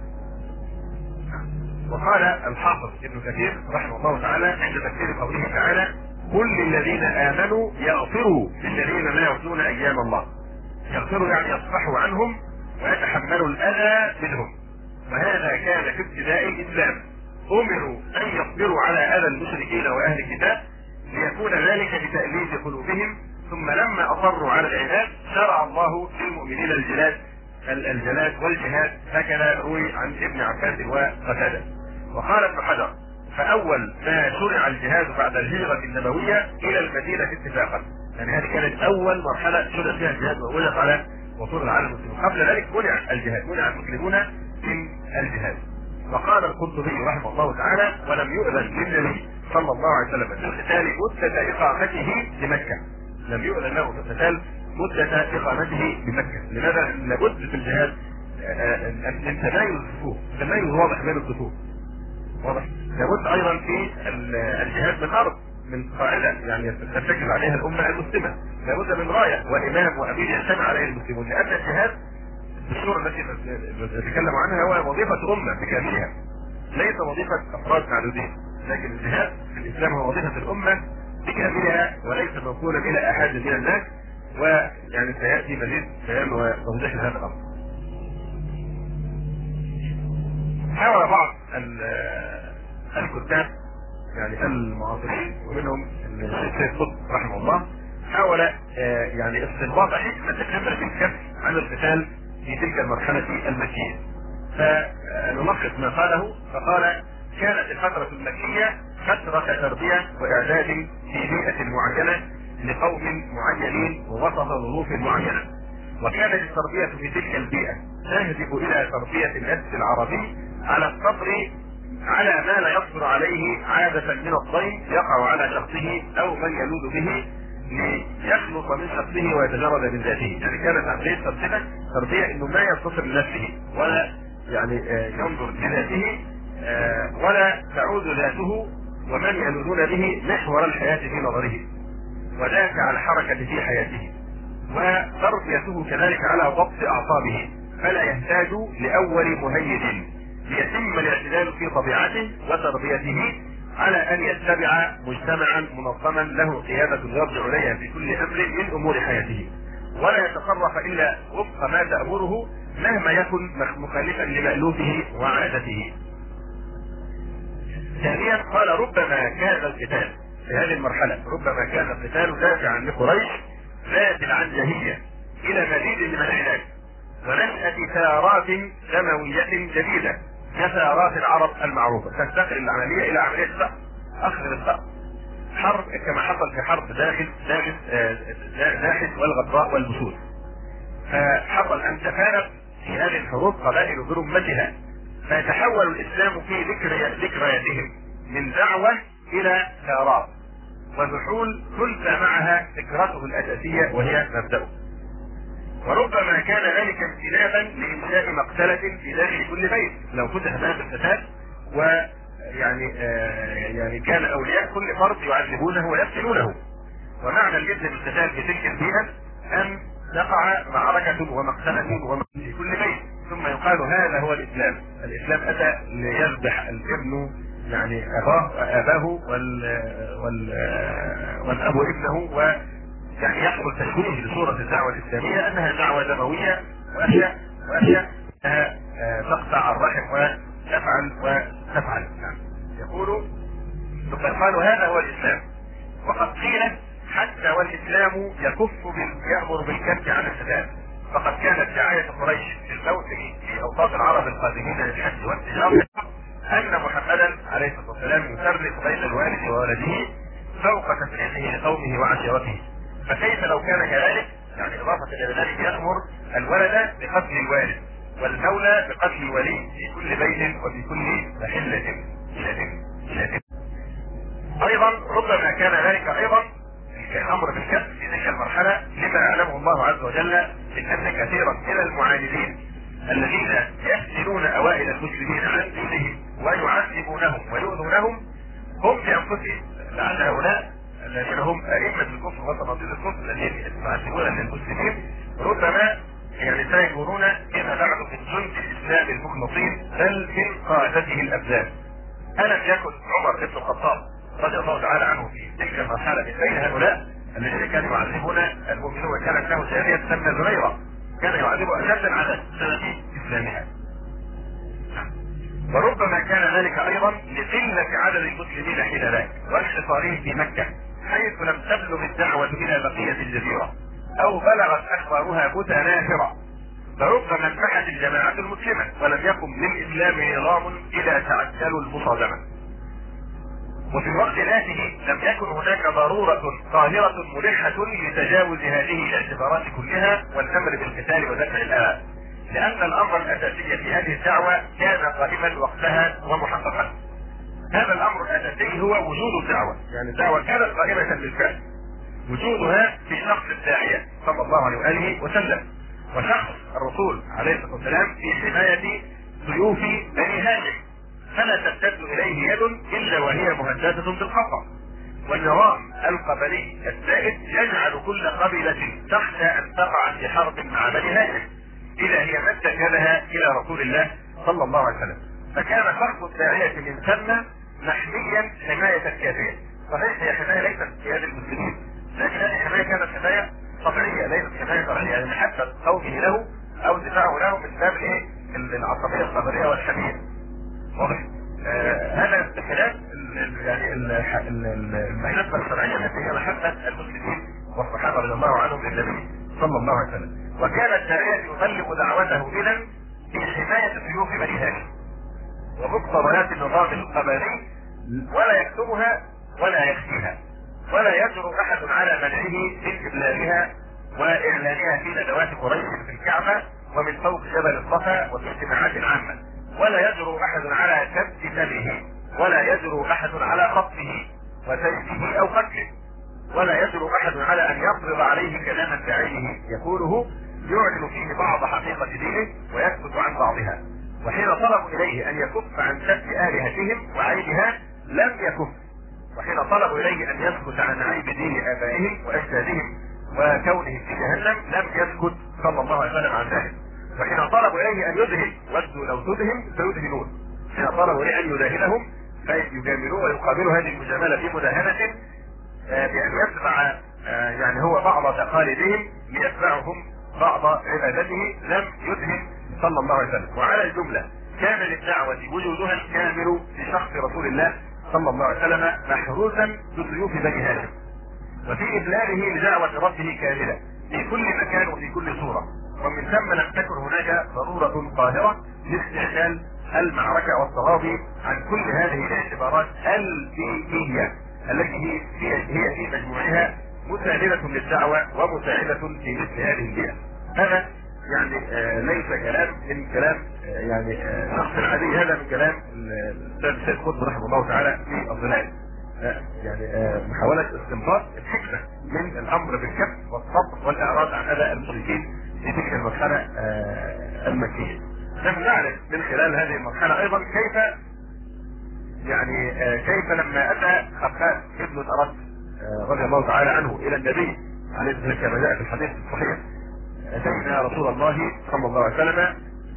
وقال الحافظ ابن كثير رحمه الله تعالى عند تفسير قوله تعالى قل للذين امنوا يغفروا للذين لا يرجون ايام الله. يغفروا يعني يصفحوا عنهم ويتحملوا الاذى منهم. وهذا كان في ابتداء الاسلام، امروا ان يصبروا على اذى المشركين واهل الكتاب ليكون ذلك بتأليف قلوبهم، ثم لما اصروا على العناد شرع الله للمؤمنين الجلاد الجلاد والجهاد، هكذا روي عن ابن عباس وقتاده. وقال ابن حجر: فاول ما شرع الجهاد بعد الهجره النبويه الى المدينه اتفاقا، يعني هذه كانت اول مرحله شرع فيها الجهاد ووجد على وصول العالم المسلمين. قبل ذلك منع الجهاد، منع المسلمون من الجهاد. وقال القرطبي رحمه الله تعالى: ولم يؤذن للنبي صلى الله عليه وسلم بالقتال مدة إقامته بمكة، لم يؤذن له بالقتال مدة إقامته بمكة. لماذا؟ لابد في الجهاد من تمايز الصفوف، تمايز واضح بين الصفوف، واضح. لابد أيضا في الجهاد من أرض، من قاعدة يعني ترتكز عليها الأمة المسلمة، لابد من راية وإمام وأمير يجتمع عليه المسلمون، لأن الجهاد بالصورة التي نتكلم عنها هو وظيفة أمة بكاملها، ليس وظيفة أفراد معدودين، لكن الجهاد في الإسلام هو وظيفة الأمة بكاملها وليس موصولا إلى أحد من الناس. ويعني سيأتي مزيد بيان وتوضيح هذا الأمر. حاول بعض الكتاب يعني المعاصرين ومنهم الشيخ قطب رحمه الله حاول يعني استنباط حكمة الأمر بالكف عن القتال في تلك المرحلة المكية. فنلخص ما قاله، فقال: كانت الفترة المكية فترة تربية وإعداد في بيئة معينة لقوم معينين ووسط ظروف معينة، وكانت التربية في تلك البيئة تهدف إلى تربية النفس العربي على الصبر على ما لا يصبر عليه عادة من الضيم يقع على شخصه أو من يلوذ به ليخلص من شخصه ويتجرد من ذاته. يعني كانت عملية تربية تربية إنه ما ينتصر لنفسه ولا يعني ينظر لذاته ولا تعود ذاته ومن يلوذون به محور الحياة في نظره ودافع الحركة في حياته، وتربيته كذلك على ضبط أعصابه فلا يحتاج لأول مهيج ليتم الاعتدال في طبيعته وتربيته على أن يتبع مجتمعا منظما له قيادة يرجع إليها في كل أمر من أمور حياته، ولا يتصرف إلا وفق ما تأمره مهما يكن مخالفا لمألوفه وعادته. ثانيا قال: ربما كان القتال في هذه المرحلة ربما كان القتال دافعا لقريش ذات العنجهية إلى مزيد من العلاج ونشأة ثارات دموية جديدة كثارات العرب المعروفة، تنتقل العملية إلى عملية ثأر، أخذ الثأر، حرب كما حصل في حرب داخل داخل داخل والغبراء والبسود. فحصل أن تفارق في هذه الحروب قبائل برمتها، فيتحول الإسلام في ذكرياتهم من دعوة إلى ثارات، ودخول تلزم معها فكرته الأساسية وهي مبدأه. وربما كان ذلك اجتنابا لإنشاء مقتلة في داخل كل بيت لو فتح باب الفساد، ويعني آه يعني كان أولياء كل فرد يعذبونه ويقتلونه. ومعنى الجد بالقتال في تلك البيئة أن تقع معركة ومقتلة في كل بيت، ثم يقال هذا هو الإسلام. الإسلام أتى ليذبح الابن يعني أباه أباه وال وال والأب ابنه، و يعني يحصل تشويه لصورة الدعوة الإسلامية أنها دعوة دموية وأشياء وأشياء تقطع الرحم وتفعل وتفعل. نعم. يقول ثم قالوا هذا هو الإسلام، وقد قيل حتى والإسلام يكف يأمر بالكف عن القتال، فقد كانت دعاية قريش في الموسم في أوساط العرب القادمين للحج والتجارة أن محمدا عليه الصلاة والسلام يفرق بين الوالد وولده فوق تفريقه لقومه وعشيرته. فكيف لو كان كذلك؟ يعني إضافة إلى ذلك يأمر الولد بقتل الوالد والمولى بقتل الولي في كل بيت وفي كل محلة. أيضا ربما كان ذلك أيضا الأمر بالكف في تلك المرحلة لما أعلمه الله عز وجل من أن كثيرا من المعاندين الذين يفتنون أوائل المسلمين عن دينهم ويعذبونهم ويؤذونهم هم بأنفسهم، لعل هؤلاء الذين هم أئمة الكفر وصناديد الكفر الذين يعذبون للمسلمين ربما يعني سيكونون فيما بعد من جند الإسلام المخلصين بل من قادته الأبدان. ألم يكن عمر بن الخطاب رضي الله تعالى عنه في تلك المرحلة بين هؤلاء الذين كانوا يعذبون المؤمنون. كانت له جارية تسمى زريرة، كان يعذب اشد العذاب سنة اسلامها. وربما كان ذلك ايضا لقلة عدد المسلمين حين ذاك وانحصارهم في مكة، حيث لم تبلغ الدعوة الى بقية الجزيرة او بلغت اخبارها متناثرة، فربما انتهت الجماعة المسلمة ولم يكن للاسلام نظام اذا تعجلوا المصادمة. وفي الوقت ذاته لم يكن هناك ضرورة قاهرة ملحة لتجاوز هذه الاعتبارات كلها والامر بالقتال ودفع الاذى، لان الامر الاساسي في هذه الدعوة كان قائما وقتها ومحققا. هذا الامر الاساسي هو وجود الدعوة، يعني الدعوة كانت قائمة بالفعل، وجودها في شخص الداعية صلى الله عليه واله وسلم، وشخص الرسول عليه الصلاة والسلام في حماية سيوف بني هاشم، فلا تمتد اليه يد الا وهي مهددة بالخطأ. والنظام القبلي السائد يجعل كل قبيلة تخشى ان تقع في حرب مع بني هاشم اذا هي مدت يدها الى رسول الله صلى الله عليه وسلم، فكان فرق الداعية من ثم محميا حماية كافية. صحيح هي حماية ليست في يد المسلمين، لكن هذه الحماية كانت حماية طبيعية ليست حماية شرعية، يعني محبة قومه له او دفاعه له من باب ايه العصبية الخبرية والحمية. واضح؟ آه هذا بخلاف يعني المحبة الشرعية التي هي محبة المسلمين والصحابة رضي الله عنهم للنبي صلى الله عليه وسلم. وكان الداعية يبلغ دعوته اذا في حماية سيوف بني هاشم ومقتضيات النظام القبلي، ولا يكتمها ولا يخفيها، ولا يجرؤ احد على منعه من ابلاغها واعلانها في ندوات قريش في الكعبة ومن فوق جبل الصفا وفي اجتماعات عامة، ولا يجرؤ احد على سب دمه، ولا يجرؤ احد على خطفه وسيفه او قتله، ولا يجرؤ احد على ان يفرض عليه كلاما بعينه يقوله يعلن فيه بعض حقيقة دينه ويسكت عن بعضها. وحين طلبوا اليه ان يكف عن سب الهتهم وعيبها لم يكف، وحين طلبوا اليه ان يسكت عن عيب دين ابائهم واجدادهم وكونهم في جهنم لم يسكت صلى الله عليه وسلم عن ذلك. وحين طلبوا اليه ان يدهن ودوا لو تدهن فيدهنون، حين طلبوا اليه ان يداهنهم فيجاملون ويقابلوا هذه المجامله في مداهنه بان يتبع يعني هو بعض تقاليدهم ليتبعهم بعض عبادته، لم يدهن صلى الله عليه وسلم. وعلى الجمله كان للدعوه وجودها الكامل في شخص رسول الله صلى الله عليه وسلم محروسا بسيوف بني هاشم، وفي ابلاغه لدعوه ربه كامله في كل مكان وفي كل صوره. ومن ثم لم تكن هناك ضروره قاهره لاستعجال المعركه والتغاضي عن كل هذه الاعتبارات الدينيه التي هي هي في مجموعها مساندة للدعوة ومساعدة في مثل هذه البيئة. هذا يعني آه ليس كلام من كلام آه يعني آه شخص عادي، هذا من كلام الاستاذ السيد قطب رحمه الله تعالى في الظلال. آه يعني آه محاولة استنباط الحكمة من الامر بالكف والصبر والاعراض عن اذى المشركين في تلك المرحلة آه المكية. نحن نعرف من خلال هذه المرحلة ايضا كيف يعني آه كيف لما اتى خباب ابن الارت رضي الله تعالى عنه الى النبي عليه الصلاه والسلام كما جاء في الحديث الصحيح، اتينا رسول الله صلى الله عليه وسلم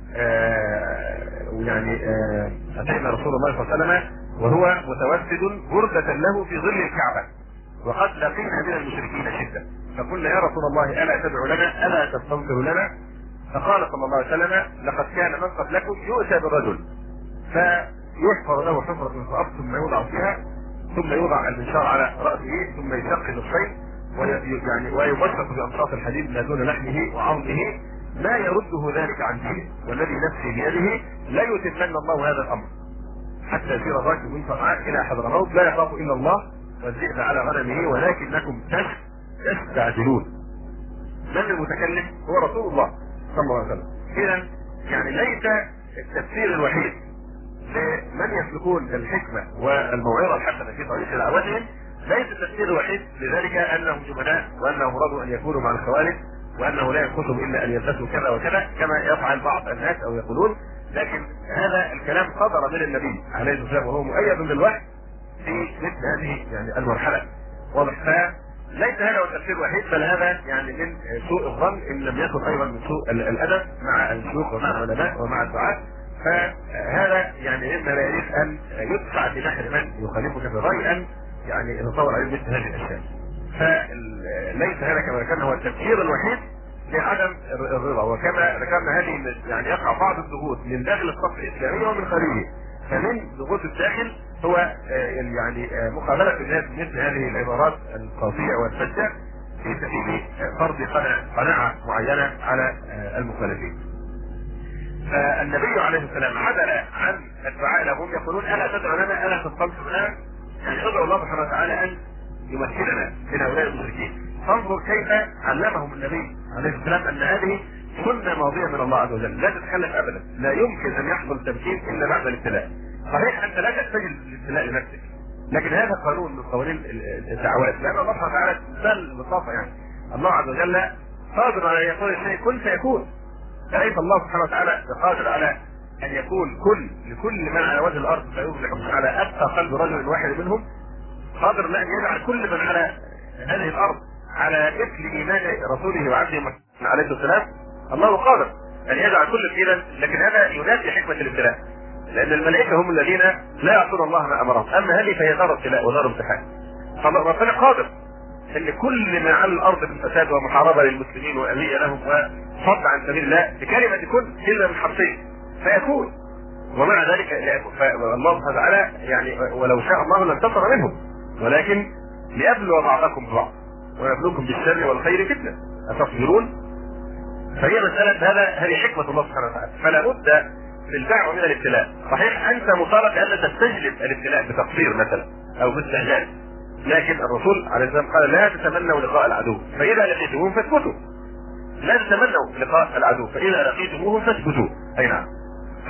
ويعني اتينا رسول الله صلى الله عليه وسلم وهو متوسد بردة له في ظل الكعبة وقد لقينا من المشركين شدة، فقلنا يا رسول الله الا تدعو لنا الا تستنصر لنا؟ فقال صلى الله عليه وسلم لقد كان من قبلكم يؤتى بالرجل فيحفر له حفرة من الارض ثم يوضع فيها ثم يوضع المنشار على رأسه ثم يشق نصفين ويعني ويبسط بأمصاص الحديد ما دون لحمه وعظمه لا يرده ذلك عن دينه، والذي نفسي بيده لا يتمنى الله هذا الأمر حتى يسير الرجل من صنعاء إلى حضرموت لا يخاف إلا الله والذئب على غنمه ولكنكم تستعجلون. من المتكلم؟ هو رسول الله صلى الله عليه وسلم. إذا يعني ليس التفسير الوحيد لمن يسلكون الحكمة والموعظة الحسنة في طريق دعوتهم ليس التفسير الوحيد لذلك انهم جبناء وانهم رضوا ان يكونوا مع الخوارج وانه لا ينقصهم الا ان يلبسوا كذا وكذا كما يفعل بعض الناس او يقولون، لكن هذا الكلام صدر من النبي عليه الصلاه والسلام وهو مؤيد بالوحي في مثل هذه يعني المرحله. واضح؟ فليس هذا هو التفسير الوحيد، بل هذا يعني من سوء الظن ان لم يكن ايضا من سوء الادب مع الشيوخ ومع العلماء ومع الدعاة. فهذا يعني مما لا يجب ان يدفع في نحر من يخالفك في الراي ان يعني يتصور عليه مثل هذه الاشياء. فليس هذا كما ذكرنا هو التفسير الوحيد لعدم الرضا. وكما ذكرنا هذه يعني يقع بعض الضغوط من داخل الصف الاسلامي ومن خارجه. فمن ضغوط الداخل هو يعني مقابله الناس مثل هذه العبارات القاسيه والفجه في سبيل فرض قناعه معينه على المخالفين. فالنبي عليه السلام عدل عن الدعاء لهم يقولون الا تدعو لنا الا تستنصر لنا، يعني ادعو الله سبحانه وتعالى ان يمثلنا من هؤلاء المشركين. فانظر كيف علمهم النبي عليه السلام ان هذه سنه ماضيه من الله عز وجل لا تتخلف ابدا، لا يمكن ان يحصل تمكين الا بعد الابتلاء. صحيح انت لا تستجل الابتلاء لنفسك، لكن هذا قانون من قوانين الدعوات، لان الله سبحانه وتعالى مثال بساطه يعني الله عز وجل قادر على ان يقول الشيء كن فيكون. فليس الله سبحانه وتعالى بقادر على ان يكون كل لكل من على وجه الارض فيصبح على اتقى قلب رجل واحد منهم، قادر ان يجعل كل من على هذه الارض على مثل ايمان رسوله وعبده محمد عليه السلام. الله قادر ان يجعل كل كثيرا، لكن هذا ينافي حكمه الابتلاء، لان الملائكه هم الذين لا يعصون الله ما امرهم، اما هذه فهي دار ابتلاء ودار امتحان. فربنا قادر ان كل ما على الارض من فساد ومحاربه للمسلمين واذيه لهم وصد عن سبيل الله بكلمه كن الا من حرفين فيكون، ومع ذلك الله سبحانه وتعالى يعني ولو شاء الله لانتصر منهم، ولكن ليبلو بعضكم ببعض ونبلوكم بالشر والخير فتنه اتصبرون. فهي مساله هذا هذه حكمه الله سبحانه وتعالى. فلا بد في الدعوه من الابتلاء. صحيح انت مطالب الا تستجلب الابتلاء بتقصير مثلا او باستعجال، لكن الرسول عليه السلام قال لا تتمنوا لقاء العدو فاذا لقيتموهم فاثبتوا. لا تتمنوا لقاء العدو فاذا لقيتموهم فاثبتوا. اي نعم. ف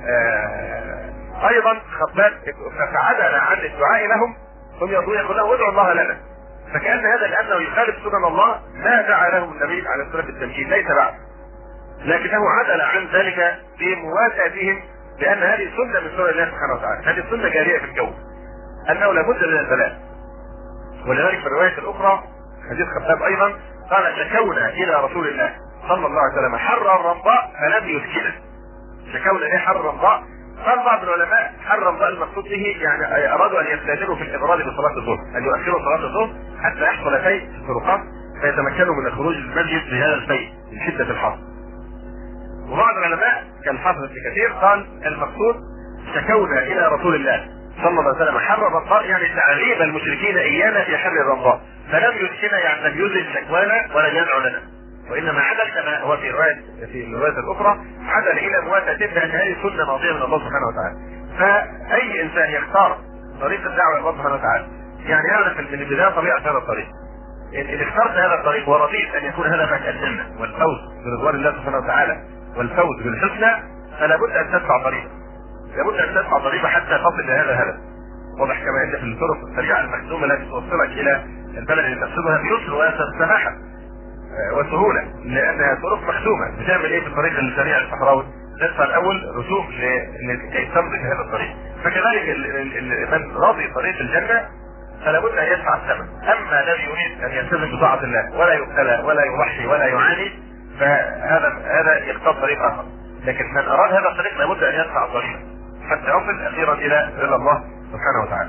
ايضا خباب فعدل عن الدعاء لهم ثم يقول لهم ادعوا الله لنا، فكان هذا لانه يخالف سنن الله ما دعا لهم النبي عليه الصلاه والسلام بالتمكين ليس بعد، لكنه عدل عن ذلك بمواساتهم لان هذه سنه من سنن الله سبحانه وتعالى، هذه السنه جاريه في الكون انه لابد من البلاء. ولذلك في الروايه الاخرى حديث خباب ايضا قال شكونا الى رسول الله صلى الله عليه وسلم حر الرمضاء فلم يسكنه. شكونا ايه حر الرمضاء؟ قال بعض العلماء حر الرمضاء المقصود به يعني ارادوا ان يستاجروا في الابراد بصلاه الظهر، ان يؤخروا صلاه الظهر حتى يحصل فيء في الطرقات فيتمكنوا من الخروج من المسجد بهذا الفيء من شده الحر. وبعض العلماء كالحافظ ابن كثير قال المقصود شكونا الى رسول الله صلى الله عليه وسلم حر الرمضاء يعني تعذيب المشركين ايانا في حر الرمضاء، فلم يسكن يعني لم يزل شكوانا ولم يدعو لنا، وانما عدل كما هو في روايه في الروايه الاخرى عدل الى مواساتهم لان هذه سنه ماضيه من الله سبحانه وتعالى. فاي انسان يختار طريق الدعوه الى الله سبحانه وتعالى يعني يعرف من البدايه طبيعه هذا الطريق. ان اخترت هذا الطريق ورضيت ان يكون هدفك الجنه والفوز برضوان الله سبحانه وتعالى والفوز بالحسنى فلا بد ان تدفع طريقا. لابد ان تدفع طريقا حتى تصل الى هذا الهدف. واضح كما ان في الطرق السريعه المخدومه التي توصلك الى البلد اللي تقصدها بيسر وسماحه وسهوله، لانها طرق مخدومه. بتعمل ايه في الطريق السريع الصحراوي؟ تدفع الاول رسوم لكي تمضي في هذا الطريق. فكذلك من راضي طريق الجنه فلا بد ان يدفع الثمن. اما الذي يريد ان يلتزم بطاعه الله ولا يبتلى ولا يضحي ولا يعاني فهذا هذا يختار طريق اخر. لكن من اراد هذا الطريق لابد ان يدفع طريقا حتى يصل اخيرا الى رضا الله سبحانه وتعالى.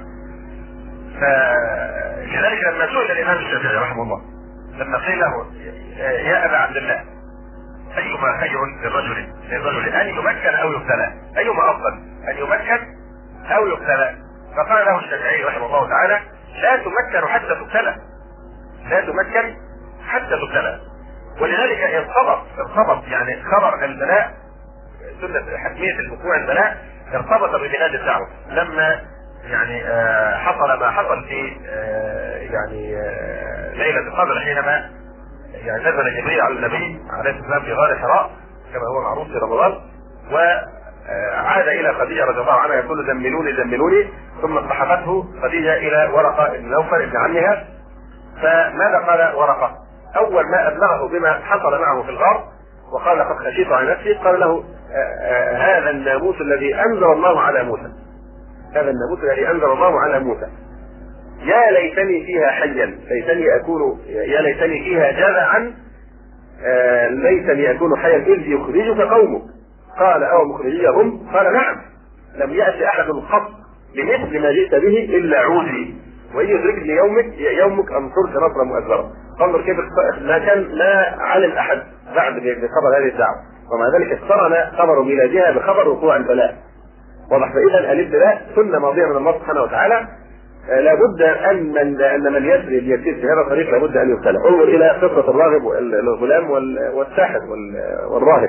فكذلك لما سئل الامام الشافعي رحمه الله لما قيل له يا ابا عبد الله ايما خير للرجل للرجل ان يمكن او يبتلى؟ ايما افضل ان يمكن او يبتلى؟ فقال له الشافعي رحمه الله تعالى لا تمكن حتى تبتلى، لا تمكن حتى تبتلى. ولذلك ارتبط ارتبط يعني خبر البلاء سنه حتميه الوقوع البلاء ارتبط ببلاد الدعوه. لما يعني آه حصل ما حصل في آه يعني آه ليله القدر حينما يعني نزل جبريل على النبي عليه السلام في غار حراء كما هو معروف في رمضان، وعاد الى خديجه رضي الله عنها يقول زملوني زملوني، ثم اصطحبته خديجه الى ورقه بن نوفل ابن عمها. فماذا قال ورقه؟ اول ما ابلغه بما حصل معه في الغار وقال لقد خشيت على نفسي قال له آآ آآ هذا الناموس الذي انزل الله على موسى، هذا الناموس الذي انزل الله على موسى، يا ليتني فيها حيا، ليتني اكون يا ليتني فيها جذعا، ليتني اكون حيا اذ يخرجك قومك. قال او مخرجيهم؟ قال نعم، لم يأت احد قط بمثل ما جئت به الا عودي وان يدركني يومك يومك انصرك نصرا مؤثرا. انظر كيف ما كان ما علم احد بعد بخبر هذه الدعوه، ومع ذلك اقترن خبر ميلادها بخبر وقوع البلاء. واضح؟ فاذا الابتلاء سنه ماضيه من الله سبحانه وتعالى، لابد ان من ان من يسري ليسير في هذا الطريق لابد ان يبتلى. انظر الى قصه الراغب والغلام والساحر والراهب.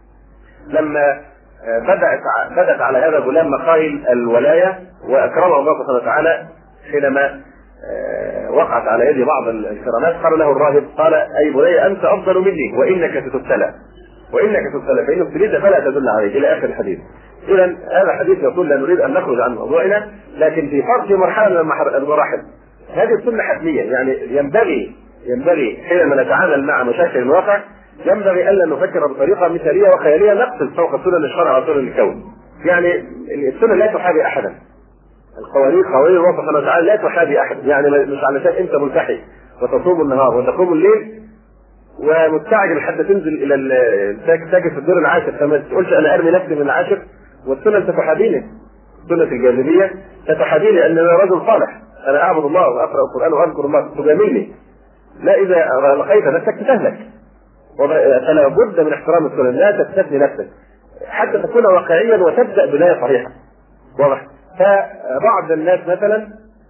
لما بدات بدات على هذا الغلام مخايل الولايه واكرمه الله سبحانه وتعالى حينما وقعت على يد بعض الكرامات، قال له الراهب قال اي بني انت افضل مني وانك ستبتلى وانك ستبتلى فان ابتليت فلا تدل عليه الى اخر الحديث. اذا هذا الحديث يقول لا نريد ان نخرج عن موضوعنا، لكن في فرق مرحله من المراحل. هذه السنه حتميه، يعني ينبغي ينبغي حينما نتعامل مع مشاكل الواقع ينبغي الا نفكر بطريقه مثاليه وخياليه نقصد فوق سنن الشرع وسنن الكون. يعني السنه لا تحابي احدا، القوانين قوانين الله سبحانه وتعالى لا تحابي احد. يعني مش علشان انت ملتحي وتصوم النهار وتقوم الليل ومستعجل حتى تنزل الى تاجر في الدور العاشر فما تقولش انا ارمي نفسي من العاشر، والسنه تتحابيني، سنه الجاذبيه تتحابيني ان انا رجل صالح، انا اعبد الله واقرا القران واذكر الله تجاملني. لا، اذا لقيت نفسك تهلك. فلا بد من احترام السنن، لا تستثني نفسك حتى تكون واقعيا وتبدا بدايه صحيحه. واضح؟ فبعض الناس مثلا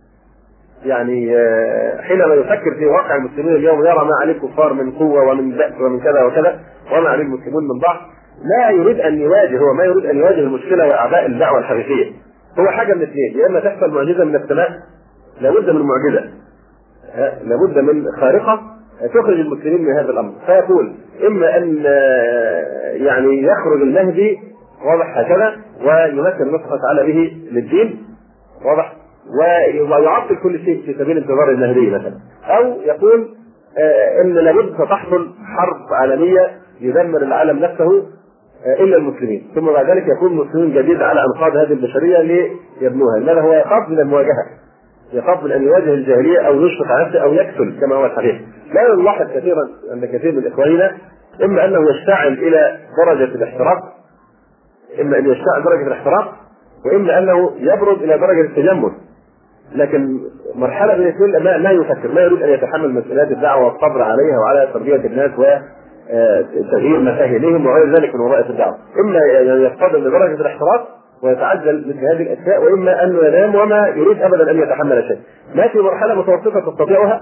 يعني حينما يفكر في واقع المسلمين اليوم يرى ما عليه الكفار من قوه ومن بأس ومن كذا وكذا وما عليه المسلمون من ضعف، لا يريد ان يواجه، هو ما يريد ان يواجه المشكله واعباء الدعوه الحقيقيه. هو حاجه من اثنين، يا اما تحصل معجزه من السماء، لابد من معجزه، لابد من خارقه تخرج المسلمين من هذا الامر، فيقول اما ان يعني يخرج المهدي، واضح هكذا، ويمثل الله سبحانه وتعالى به للدين، واضح، ويعطل كل شيء في سبيل انتظار المهدي مثلا، او يقول ان لابد ستحصل حرب عالميه يدمر العالم نفسه الا المسلمين، ثم بعد ذلك يكون مسلمين جديد على انقاض هذه البشريه ليبنوها. لماذا؟ هو يخاف من المواجهه، يخاف من ان يواجه الجاهليه او يشفق على نفسه او يقتل كما هو الحقيقه. لا نلاحظ كثيرا ان كثير من اخواننا اما انه يشتعل الى درجه الاحتراق، اما ان يشتعل درجه الاحتراق، واما انه يبرد الى درجه التجمد. لكن مرحله من الاثنين ما, ما يفكر، ما يريد ان يتحمل مسؤوليات الدعوه والصبر عليها وعلى تربيه الناس وتغيير مفاهيمهم وغير ذلك من وظائف الدعوه. اما يصطدم بدرجه الاحتراق ويتعجل مثل هذه الاشياء، واما انه ينام وما يريد ابدا ان يتحمل شيء. ما في مرحله متوسطه تستطيعها،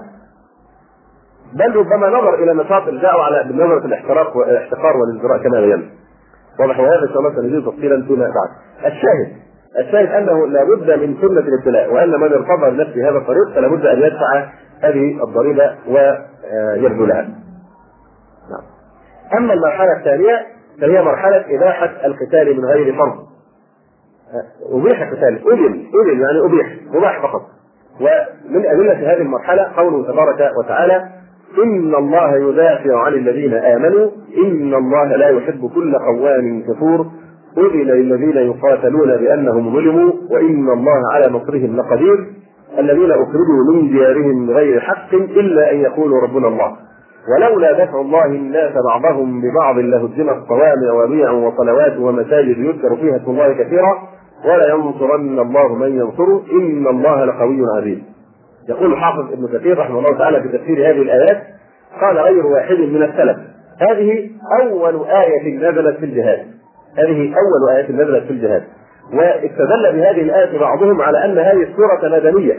بل ربما نظر الى نشاط الدعوه على بنظره الاحتراق والاحتقار والازدراء كما بينا. واضح؟ وهذا ان شاء الله سنزيد تفصيلا فيما بعد. الشاهد الشاهد انه لابد من سنه الابتلاء، وان من ارتضى لنفسه هذا الطريق فلابد ان يدفع هذه الضريبه ويبذلها. نعم. اما المرحله الثانيه فهي مرحله اباحه القتال من غير فرض. ابيح القتال، اذن اذن يعني ابيح، مباح فقط. ومن ادله هذه المرحله قوله تبارك وتعالى: إن الله يدافع عن الذين آمنوا إن الله لا يحب كل خوان كفور أذن للذين يقاتلون بأنهم ظلموا وإن الله على نصرهم لقدير الذين أخرجوا من ديارهم بغير حق إلا أن يقولوا ربنا الله ولولا دفع الله الناس بعضهم ببعض لهدمت صوامع وبيع وصلوات ومساجد يذكر فيها اسم الله كثيرا ولا ينصرن الله من ينصره إن الله لقوي عزيز. يقول الحافظ ابن كثير رحمه الله تعالى في تفسير هذه الآيات: قال غير واحد من السلف هذه أول آية نزلت في الجهاد، هذه أول آية نزلت في الجهاد. واستدل بهذه الآية بعضهم على أن هذه السورة مدنية،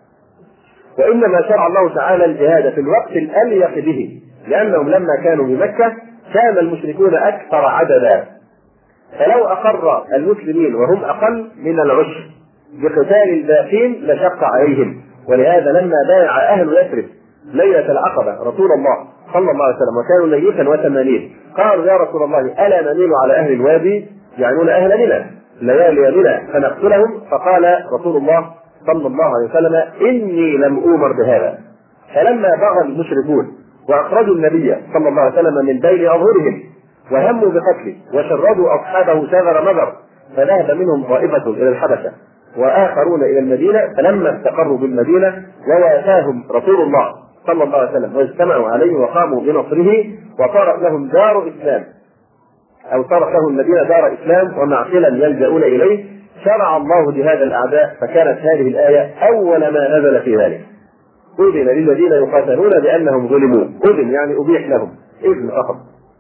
وإنما شرع الله تعالى الجهاد في الوقت الأليق به، لأنهم لما كانوا بمكة كان المشركون أكثر عددا، فلو أقر المسلمين وهم أقل من العشر بقتال الباقين لشق عليهم. ولهذا لما بايع أهل يثرب ليلة العقبة رسول الله صلى الله عليه وسلم وكانوا ميتا وثمانين قالوا: يا رسول الله ألا نميل على أهل الوادي، يعنون أهل منى، ليالي منى فنقتلهم؟ فقال رسول الله صلى الله عليه وسلم: إني لم أؤمر بهذا. فلما بغى المشركون وأخرجوا النبي صلى الله عليه وسلم من بين أظهرهم وهموا بقتله وشردوا أصحابه شذر مذر، فذهب منهم طائفة إلى الحبشة وآخرون إلى المدينة، فلما استقروا بالمدينة ووافاهم رسول الله صلى الله عليه وسلم واجتمعوا عليه وقاموا بنصره وصارت لهم دار إسلام، أو صارت لهم المدينة دار إسلام ومعقلا يلجؤون إليه، شرع الله جهاد الأعداء فكانت هذه الآية أول ما نزل في ذلك. أذن للذين يقاتلون بأنهم ظلموا، أذن يعني أبيح لهم إذن فقط.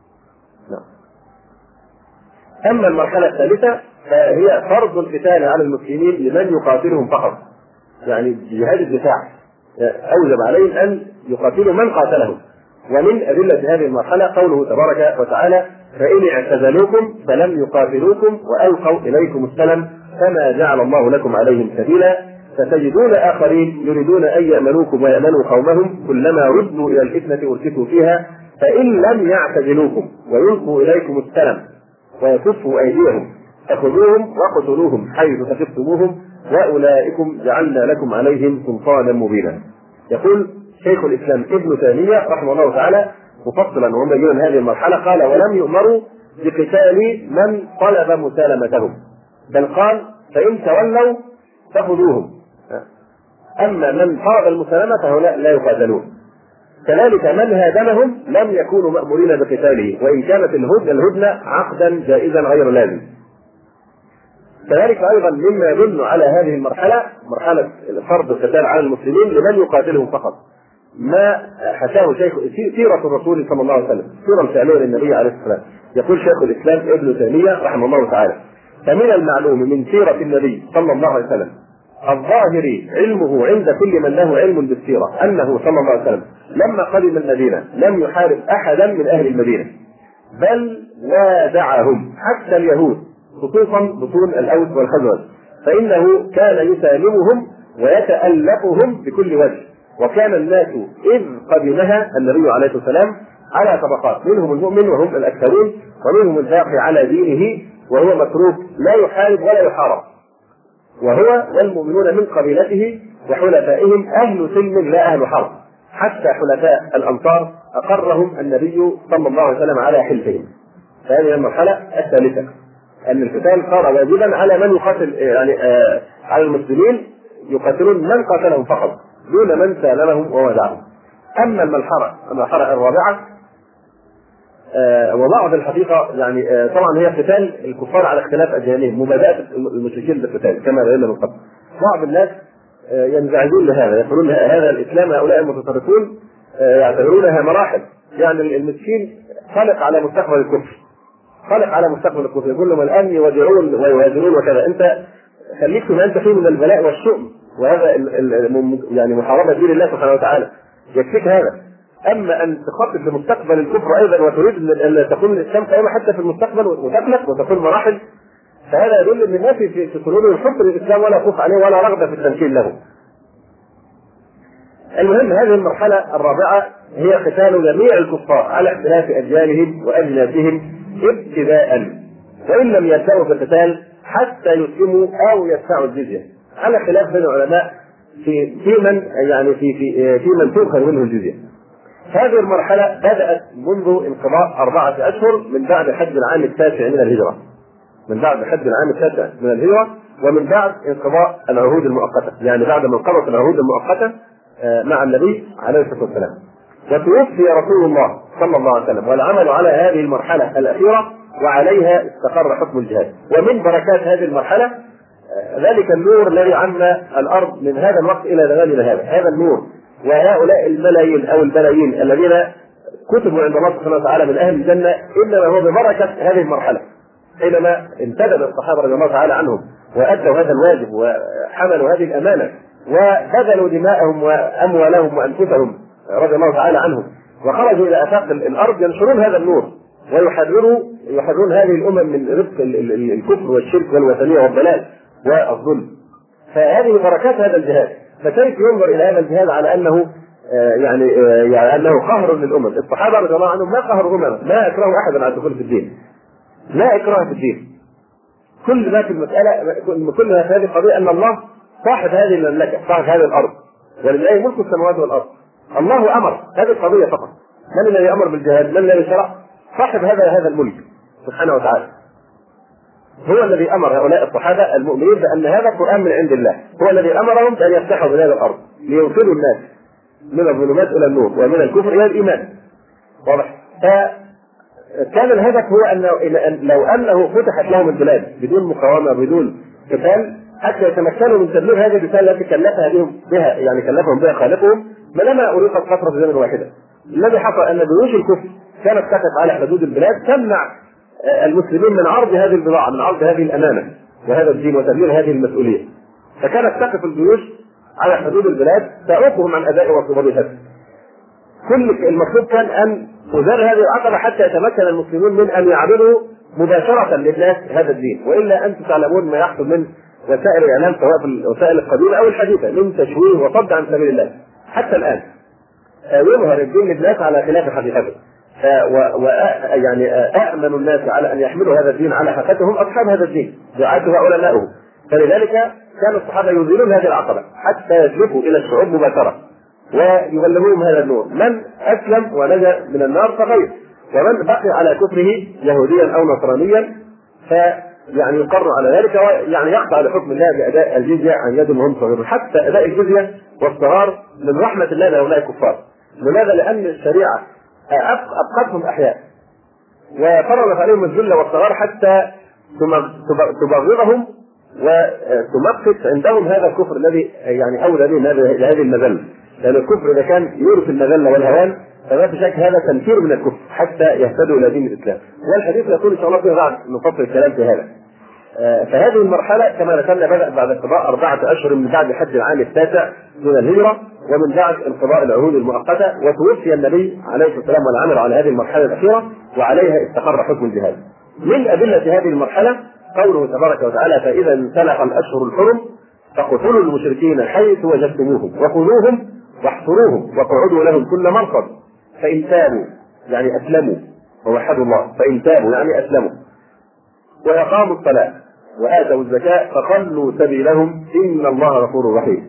أما المرحلة الثالثة فهي فرض القتال على المسلمين لمن يقاتلهم فقط، يعني جهاد الدفاع أوجب عليهم أن يقاتلوا من قاتلهم. ومن أدلة هذه المرحلة قوله تبارك وتعالى: فإن اعتزلوكم فلم يقاتلوكم وألقوا إليكم السلم فما جعل الله لكم عليهم سبيلا فتجدون آخرين يريدون أن يأمنوكم ويأمنوا قومهم كلما ردوا إلى الفتنة أركسوا فيها فإن لم يعتزلوكم ويلقوا إليكم السلم ويكفوا أيديهم فخذوهم وقتلوهم حيث ثقفتموهم وأولئكم جعلنا لكم عليهم سلطانا مبينا. يقول شيخ الإسلام ابن تيمية رحمه الله تعالى مفصلا وهم يجون هذه المرحلة قال: ولم يؤمروا بقتال من طلب مسالمتهم، بل قال: فإن تولوا فخذوهم، أما من طلب المسالمة فهؤلاء لا يقاتلون. كذلك من هادمهم لم يكونوا مأمورين بقتاله وإن كانت الهدنة الهدنة عقدا جائزا غير لازم. كذلك أيضا مما يدل على هذه المرحلة مرحلة فرض القتال على المسلمين لمن يقاتلهم فقط ما حكاه شيخ سيرة الرسول صلى الله عليه وسلم، سيرة فعلية للنبي عليه الصلاة والسلام. يقول شيخ الإسلام ابن تيمية رحمه الله تعالى: فمن المعلوم من سيرة النبي صلى الله عليه وسلم الظاهر علمه عند كل من له علم بالسيرة أنه صلى الله عليه وسلم لما قدم المدينة لم يحارب أحدا من أهل المدينة، بل وادعهم حتى اليهود خصوصا بطون الأوس والخزرج، فإنه كان يسالمهم ويتألفهم بكل وجه. وكان الناس إذ قدمها النبي عليه الصلاة والسلام على طبقات، منهم المؤمن وهم الأكثرون، ومنهم الباقي على دينه وهو متروك لا يحارب ولا يحارب، وهو والمؤمنون من قبيلته وحلفائهم أهل سلم لا أهل حرب، حتى حلفاء الأنصار أقرهم النبي صلى الله عليه وسلم على حلفهم. فهذه المرحلة الثالثة أن القتال صار واجبا على من يقاتل، يعني آه على المسلمين يقاتلون من قاتلهم فقط دون من سالمهم وودعهم. أما المرحلة المرحلة الرابعة آه وبعض الحقيقة يعني آه طبعا هي قتال الكفار على اختلاف أديانهم، مبادئ المشركين بالقتال كما بينا من قبل. بعض الناس آه ينزعجون لهذا، يقولون هذا الإسلام هؤلاء المتطرفون آه يعتبرونها مراحل، يعني المسكين خلق على مستقبل الكفر، خلق على مستقبل الكفر، يقول لهم الآن يودعون ويهاجرون وكذا، أنت خليك فيما أنت فيه من البلاء والشؤم، وهذا يعني محاربة دين الله سبحانه وتعالى، يكفيك هذا. أما أن تخطط لمستقبل الكفر أيضا وتريد أن تكون الإسلام قائمة حتى في المستقبل وتخلق وتكون مراحل، فهذا يدل أن الناس في قلوبهم حب للإسلام ولا خوف عليه ولا رغبة في التمكين له. المهم هذه المرحلة الرابعة هي قتال جميع الكفار على اختلاف أديانهم وأجناسهم ابتداء، وإن لم يبدأوا في القتال حتى يسلموا أو يدفعوا الجزية، على خلاف بين العلماء في في من يعني في في في من تؤخذ منه الجزية. هذه المرحلة بدأت منذ انقضاء أربعة أشهر من بعد حج العام التاسع من الهجرة، من بعد حج العام التاسع من الهجرة ومن بعد انقضاء العهود المؤقتة، يعني بعد ما انقضت العهود المؤقتة مع النبي عليه الصلاة والسلام. وتوفي رسول الله صلى الله عليه وسلم والعمل على هذه المرحلة الأخيرة وعليها استقر حكم الجهاد. ومن بركات هذه المرحلة ذلك النور الذي عم الأرض من هذا الوقت إلى زماننا هذا، هذا النور وهؤلاء الملايين أو البلايين الذين كتبوا عند الله سبحانه وتعالى من أهل الجنة إنما هو ببركة هذه المرحلة، حينما انتدب الصحابة رضي الله تعالى عنهم وأدوا هذا الواجب وحملوا هذه الأمانة وبذلوا دماءهم وأموالهم وأنفسهم رضي الله تعالى عنهم وخرجوا إلى آفاق الأرض ينشرون هذا النور ويحرروا يحررون هذه الأمم من رزق الكفر والشرك والوثنية والضلال والظلم. فهذه بركات هذا الجهاد. فكيف ينظر إلى هذا الجهاد على أنه آه يعني آه يعني أنه قهر للأمم؟ الصحابة رضي الله عنهم ما قهروا أمما، ما أكرهوا أحدا على الدخول في الدين، لا إكراه في الدين. كل ما في المسألة كل ما في هذه القضية أن الله صاحب هذه المملكة، صاحب هذه الأرض، ولله ملك السماوات والأرض. الله أمر هذه القضية فقط. من الذي أمر بالجهاد؟ من الذي شرع؟ صاحب هذا هذا الملك سبحانه وتعالى. هو الذي أمر هؤلاء الصحابة المؤمنين بأن هذا القرآن من عند الله، هو الذي أمرهم بأن يفتحوا بلاد الأرض ليوصلوا الناس من الظلمات إلى النور ومن الكفر إلى الإيمان. واضح؟ فكان الهدف هو أنه لو أنه فتحت لهم البلاد بدون مقاومة بدون قتال حتى يتمكنوا من تدمير هذه الرساله التي كلفها بهم بها يعني كلفهم بها خالقهم ما لما اريقت فتره زمن واحده. الذي حصل ان جيوش الكفر كانت تقف على حدود البلاد تمنع المسلمين من عرض هذه البضاعه، من عرض هذه الامانه وهذا الدين وتدمير هذه المسؤوليه. فكانت تقف الجيوش على حدود البلاد تعوقهم عن اداء واجباتها. كل المطلوب كان ان تزال هذه العقبه حتى يتمكن المسلمون من ان يعرضوا مباشره للناس هذا الدين، والا انتم تعلمون ما يحصل من وسائل الاعلام سواء في وسائل القديمه او الحديثه من تشويه وصد عن سبيل الله حتى الان. يظهر الدين للناس على خلاف حقيقته. و يعني أأمن الناس على أن يحملوا هذا الدين على حقيقتهم أصحاب هذا الدين دعاته وعلماؤه. فلذلك كان الصحابة يزيلون هذه العقبة حتى يسلكوا إلى الشعوب مباشرة ويبلغوهم هذا النور. من أسلم ونجا من النار فخير، ومن بقي على كفره يهوديا أو نصرانيا فيعني يقر على ذلك ويعني يخضع لحكم الله بأداء الجزية عن يد وهم صغيرون. حتى أداء الجزية والصغار من رحمة الله لهؤلاء الكفار. لماذا؟ لأن الشريعة أبقتهم أحياء وفرضت عليهم الذل والصغار حتى تبغضهم وتمقت عندهم هذا الكفر الذي يعني أولى به لهذه المذلة. لأن الكفر إذا كان يورث المذلة والهوان فما في شك هذا تنفير من الكفر حتى يهتدوا إلى دين الإسلام. والحديث يقول إن شاء الله فيما بعد نفصل الكلام في هذا. فهذه المرحلة كما ذكرنا بدأ بعد انقضاء أربعة أشهر من بعد حج العام التاسع من الهجرة ومن بعد انقضاء العهود المؤقتة، وتوفي النبي عليه الصلاة والسلام والعمل على هذه المرحلة الأخيرة وعليها استقر حكم الجهاد. من أدلة هذه المرحلة قوله تبارك وتعالى: فإذا انسلخ الأشهر الحرم فاقتلوا المشركين حيث وجدتموهم وخذوهم واحصروهم واقعدوا لهم كل مرصد فإن تابوا يعني أسلموا ووحدوا الله، فإن تابوا يعني أسلموا وأقاموا الصلاة وآتوا الزكاة فخلوا سبيلهم إن الله غفور رحيم.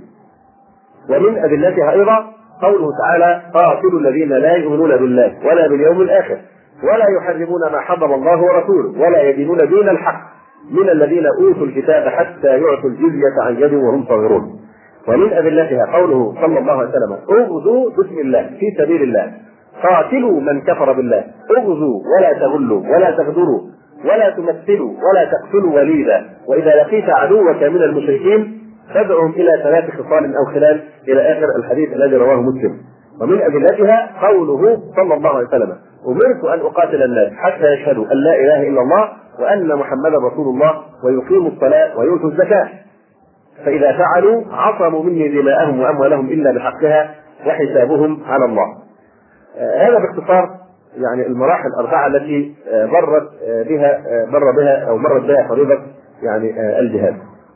ومن أدلتها أيضا قوله تعالى: قاتلوا الذين لا يؤمنون بالله ولا باليوم الآخر ولا يحرمون ما حرم الله ورسوله ولا يدينون دين الحق من الذين أوتوا الكتاب حتى يعطوا الجزية عن يد وهم صاغرون. ومن أدلتها قوله صلى الله عليه وسلم: اغزوا بسم الله في سبيل الله قاتلوا من كفر بالله، اغزوا ولا تغلوا ولا تغدروا ولا تمثلوا ولا تقتلوا وليدا وإذا لقيت عدوك من المشركين تدعهم إلى ثلاث خصال أو خلال إلى آخر الحديث الذي رواه مسلم. ومن أدلتها قوله صلى الله عليه وسلم: أمرت أن أقاتل الناس حتى يشهدوا أن لا إله إلا الله وأن محمدا رسول الله ويقيموا الصلاة ويؤتوا الزكاة فإذا فعلوا عصموا مني دماءهم وأموالهم إلا بحقها وحسابهم على الله. آه هذا باختصار يعني المراحل الأربعة التي آه مرت آه بها آه مر بها أو مرت بها فريضة يعني آه الجهاد.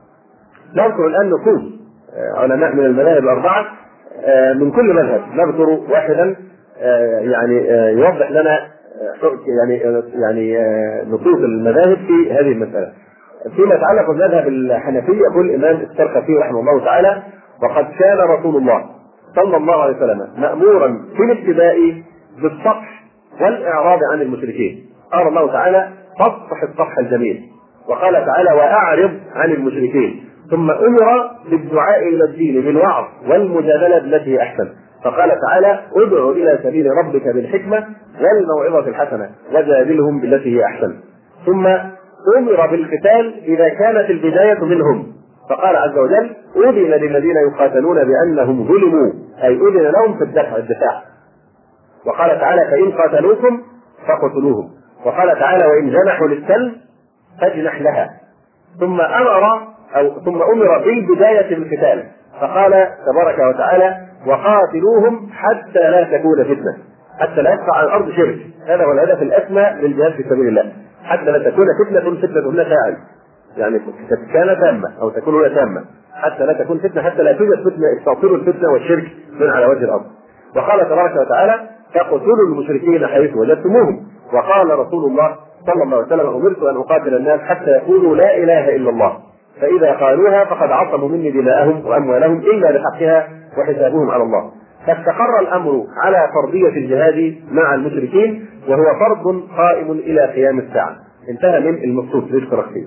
نذكر الآن نقول آه علماء من المذاهب الأربعة آه من كل مذهب نذكر واحدا آه يعني آه يوضح لنا آه يعني آه يعني آه نصوص المذاهب في هذه المسألة. فيما يتعلق بالمذهب الحنفي يقول الإمام الشرقي رحمه الله تعالى: وقد كان رسول الله صلى الله عليه وسلم مأمورا في الابتداء بالصفح والإعراض عن المشركين. قال الله تعالى: فاصفح الصفح الجميل، وقال تعالى: وأعرض عن المشركين، ثم أمر بالدعاء إلى الدين بالوعظ والمجادلة بالتي هي أحسن، فقال تعالى: ادع إلى سبيل ربك بالحكمة والموعظة الحسنة وجادلهم بالتي هي أحسن، ثم أمر بالقتال إذا كانت البداية منهم، فقال عز وجل: أذن للذين يقاتلون بأنهم ظلموا، أي أذن لهم في الدفع الدفاع. وقال تعالى: فإن قاتلوكم فاقتلوهم. وقال تعالى: وإن جنحوا للسلم فاجنح لها. ثم أمر أو ثم أمر بالبداية بالقتال، فقال تبارك وتعالى: وقاتلوهم حتى لا تكون فتنة، حتى لا يبقى على الأرض شرك. هذا هو الهدف الأسمى للجهاد في سبيل الله، حتى لا تكون فتنة فتنة لا فاعل، يعني كان تامة أو تكون لا تامة، حتى لا تكون فتنة، حتى لا توجد فتنة استغفروا الفتنة والشرك من على وجه الأرض. وقال تبارك وتعالى: فاقتلوا المشركين حيث وجدتموهم. وقال رسول الله صلى الله عليه وسلم: أمرت أن أقاتل الناس حتى يقولوا لا إله إلا الله، فإذا قالوها فقد عصموا مني دماءهم وأموالهم إلا بحقها وحسابهم على الله. فاستقر الأمر على فرضية الجهاد مع المشركين، وهو فرض قائم إلى قيام الساعة. انتهى من المخصوص للاشتراك فيه.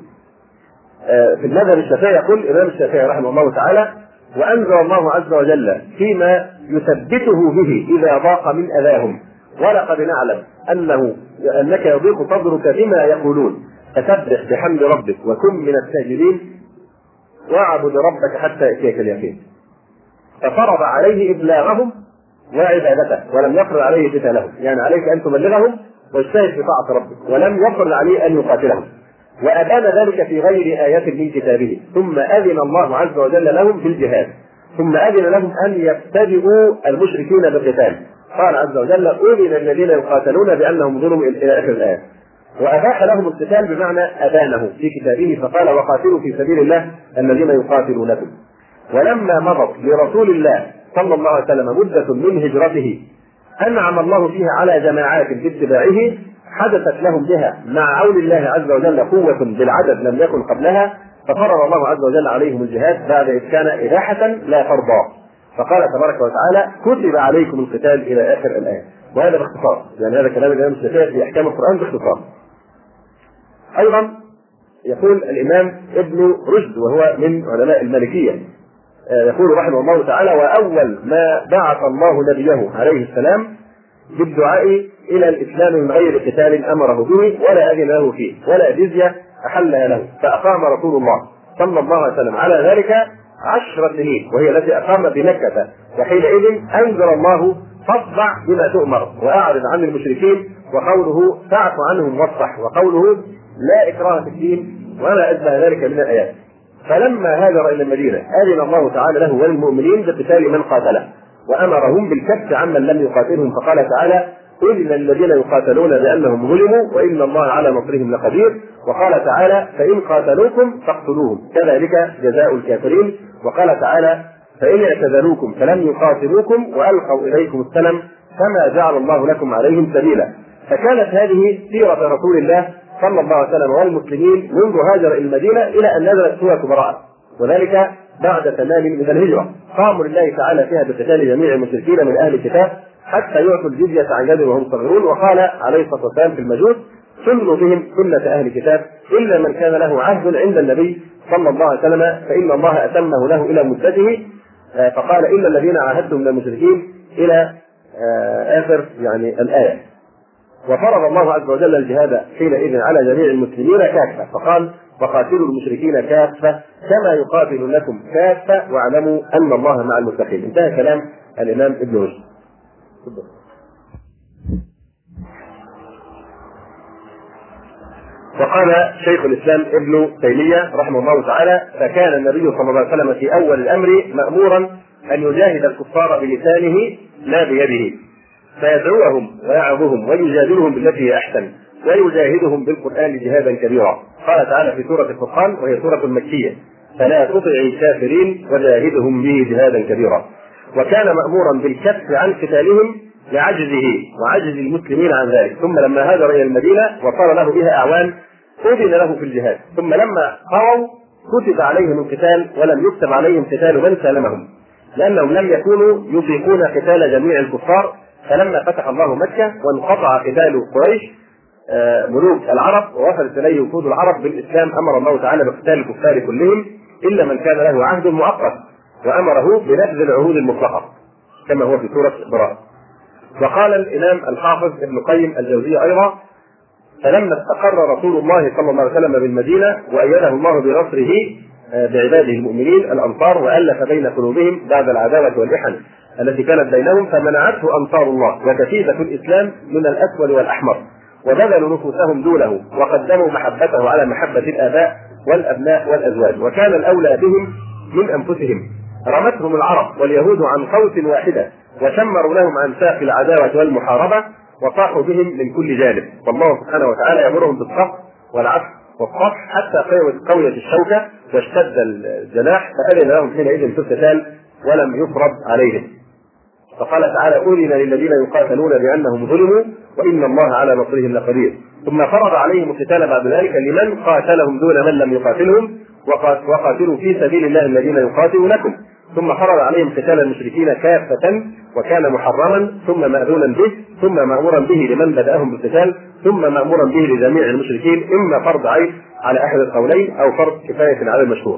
في المذهب الشافعي يقول الإمام الشافعي رحمه الله تعالى: وأنزل الله عز وجل فيما يثبته به إذا ضاق من أذاهم، ولقد نعلم أنه أنك يضيق صدرك بما يقولون، فسبح بحمد ربك وكن من الساجدين. واعبد ربك حتى يأتيك اليقين. ففرض عليه إبلاغهم وعبادته ولم يفرض عليه قتالهم، يعني عليك أن تبلغهم واجتهد في طاعة ربك، ولم يفرض عليه أن يقاتلهم، وأبان ذلك في غير آيات من كتابه. ثم أذن الله عز وجل لهم بالجهاد، ثم أذن لهم أن يبتدئوا المشركين بالقتال. قال عز وجل: أذن الذين يقاتلون بأنهم ظلموا إلى آخر الآية. وأباح لهم القتال بمعنى أبانه في كتابه، فقال: وقاتلوا في سبيل الله الذين يقاتلونكم. ولما مضت لرسول الله صلى الله عليه وسلم مدة من هجرته أنعم الله فيها على جماعات باتباعه حدثت لهم بها مع عون الله عز وجل قوة بالعدد لم يكن قبلها، ففرض الله عز وجل عليهم الجهاد بعد إذ كان إباحة لا فرضا. فقال تبارك وتعالى: كتب عليكم القتال إلى آخر الآية. وهذا باختصار، يعني هذا كلام الإمام الشافعي في أحكام القرآن باختصار. أيضا يقول الإمام ابن رشد وهو من علماء المالكية، يقول رحمه الله تعالى: وأول ما بعث الله نبيه عليه السلام بالدعاء إلى الإسلام من غير قتال أمره به ولا أذن له فيه ولا جزية أحلها له، فأقام رسول الله صلى الله عليه وسلم على ذلك عشر سنين، وهي التي أقام بمكة. وحينئذ أنزل الله: فاصدع بما تؤمر وأعرض عن المشركين، وقوله: فاعف عنهم واصفح، وقوله: لا إكراه في الدين، وما أشبه ذلك من الآيات. فلما هاجر إلى المدينة أذن الله تعالى له وللمؤمنين بقتال من قاتله، وأمرهم بالكف عمن لم يقاتلهم، فقال تعالى: أذن الذين يقاتلون بأنهم ظلموا وإن الله على نصرهم لقدير. وقال تعالى: فإن قاتلوكم فاقتلوهم كذلك جزاء الكافرين. وقال تعالى: فإن اعتزلوكم فلم يقاتلوكم وألقوا إليكم السلم فما جعل الله لكم عليهم سبيلا. فكانت هذه سيرة رسول الله صلى الله عليه وسلم والمسلمين منذ هاجر إلى المدينة إلى أن نزلت سورة براءة، وذلك بعد تمام من الهجرة. قاموا لله تعالى فيها بقتال جميع المشركين من أهل الكتاب حتى يعطوا الجزية عن يد وهم صغيرون. وقال عليه الصلاة والسلام في المجوس: سنوا بهم سنة أهل الكتاب إلا من كان له عهد عند النبي صلى الله عليه وسلم فإن الله أتمه له إلى مدته. فقال: إلا الذين عاهدتم من المشركين إلى آخر يعني الآية. وفرض الله عز وجل الجهاد حينئذ على جميع المسلمين كافة، فقال: وقاتلوا المشركين كافة كما يقاتلونكم كافة واعلموا أن الله مع المتقين. انتهى كلام الإمام ابن رشد. وقال شيخ الإسلام ابن تيمية رحمه الله تعالى: فكان النبي صلى الله عليه وسلم في أول الأمر مأمورا أن يجاهد الكفار بلسانه لا بيده، فيدعوهم ويعظهم ويجادلهم بالتي هي أحسن ويجاهدهم بالقرآن جهادا كبيرا. قال تعالى في سورة الفرقان وهي سورة مكية: فلا تطع الكافرين وجاهدهم به جهادا كبيرا. وكان مأمورا بالكف عن قتالهم لعجزه وعجز المسلمين عن ذلك. ثم لما هاجر إلى المدينة وصار له بها أعوان أذن له في الجهاد. ثم لما قووا كتب عليهم القتال ولم يكتب عليهم قتال من سالمهم، لأنهم لم يكونوا يطيقون قتال جميع الكفار. فلما فتح الله مكة وانقطع قتال قريش ملوك العرب ووصلت إليه وفود العرب بالإسلام، أمر الله تعالى بقتال الكفار كلهم إلا من كان له عهد مؤقت، وأمره بنبذ العهود المطلقة كما هو في سورة براءة. وقال الإمام الحافظ ابن قيم الجوزية أيضا: فلما استقر رسول الله صلى الله عليه وسلم بالمدينة وأيده الله بنصره بعباده المؤمنين الأنصار وألف بين قلوبهم بعد العداوة والإحن التي كانت بينهم، فمنعته أنصار الله وكتيبة الإسلام من الأسود والأحمر، وبذلوا نفوسهم دونه وقدموا محبته على محبة الآباء والأبناء والأزواج، وكان الأولى بهم من أنفسهم. رمتهم العرب واليهود عن صوت واحدة وشمروا لهم عن ساق العداوة والمحاربة وصاحوا بهم من كل جانب. والله سبحانه وتعالى يأمرهم بالصبر والعفو والصفح حتى قويت الشوكة واشتد الجناح، فأذن لهم حينئذ في القتال ولم يفرض عليهم. فقال تعالى: أذن للذين يقاتلون بأنهم ظلموا وإن الله على نصرهم لقدير. ثم فرض عليهم القتال بعد ذلك لمن قاتلهم دون من لم يقاتلهم، وقاتلوا في سبيل الله الذين يقاتلونكم. ثم فرض عليهم قتال المشركين كافة وكان محرما ثم مأذونا به ثم مأمورا به لمن بدأهم بالقتال ثم مأمورا به لجميع المشركين، إما فرض عين على أحد القولين أو فرض كفاية على المشهور.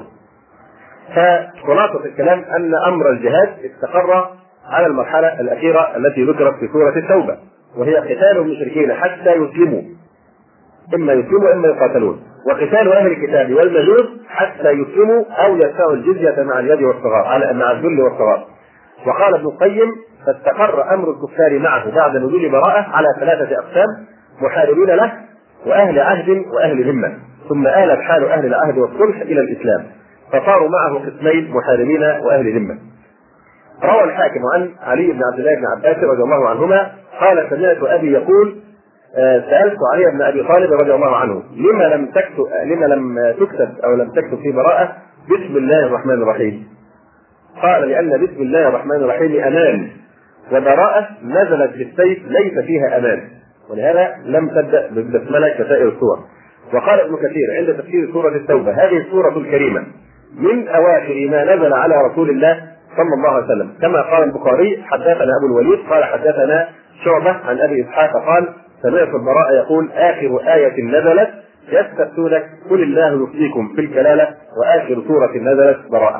فخلاصة الكلام أن أمر الجهاد استقر على المرحلة الأخيرة التي ذكرت في سورة التوبة، وهي قتال المشركين حتى يسلموا، إما يسلموا إما يقاتلون. وقتال اهل الكتاب والمجوس حتى يسلموا او يدفعوا الجزيه مع اليد والصغار، على مع الذل والصغار. وقال ابن القيم: فاستقر امر الكفار معه بعد نزول براءه على ثلاثه اقسام: محاربين له، واهل عهد واهل ذمه، ثم آلت حال اهل العهد والصلح الى الاسلام، فصاروا معه قسمين: محاربين واهل ذمه. روى الحاكم عن علي بن عبد الله بن عباس رضي الله عنهما قال: سمعت ابي يقول: سألت علي بن ابي طالب رضي الله عنه: لما لم تكتب لما لم تكتب او لم تكتب في براءة بسم الله الرحمن الرحيم؟ قال: لأن بسم الله الرحمن الرحيم أمان، وبراءة نزلت بالسيف ليس فيها أمان، ولهذا لم تبدأ بالبسملة كسائر السور. وقال ابن كثير عند تفسير سورة التوبة: هذه السورة الكريمة من أواخر ما نزل على رسول الله صلى الله عليه وسلم، كما قال البخاري: حدثنا أبو الوليد قال حدثنا شعبة عن أبي إسحاق قال: سمعت البراء يقول: آخر آية نزلت يستفتونك قل الله يفتيكم في الكلالة، وآخر سورة نزلت براءة.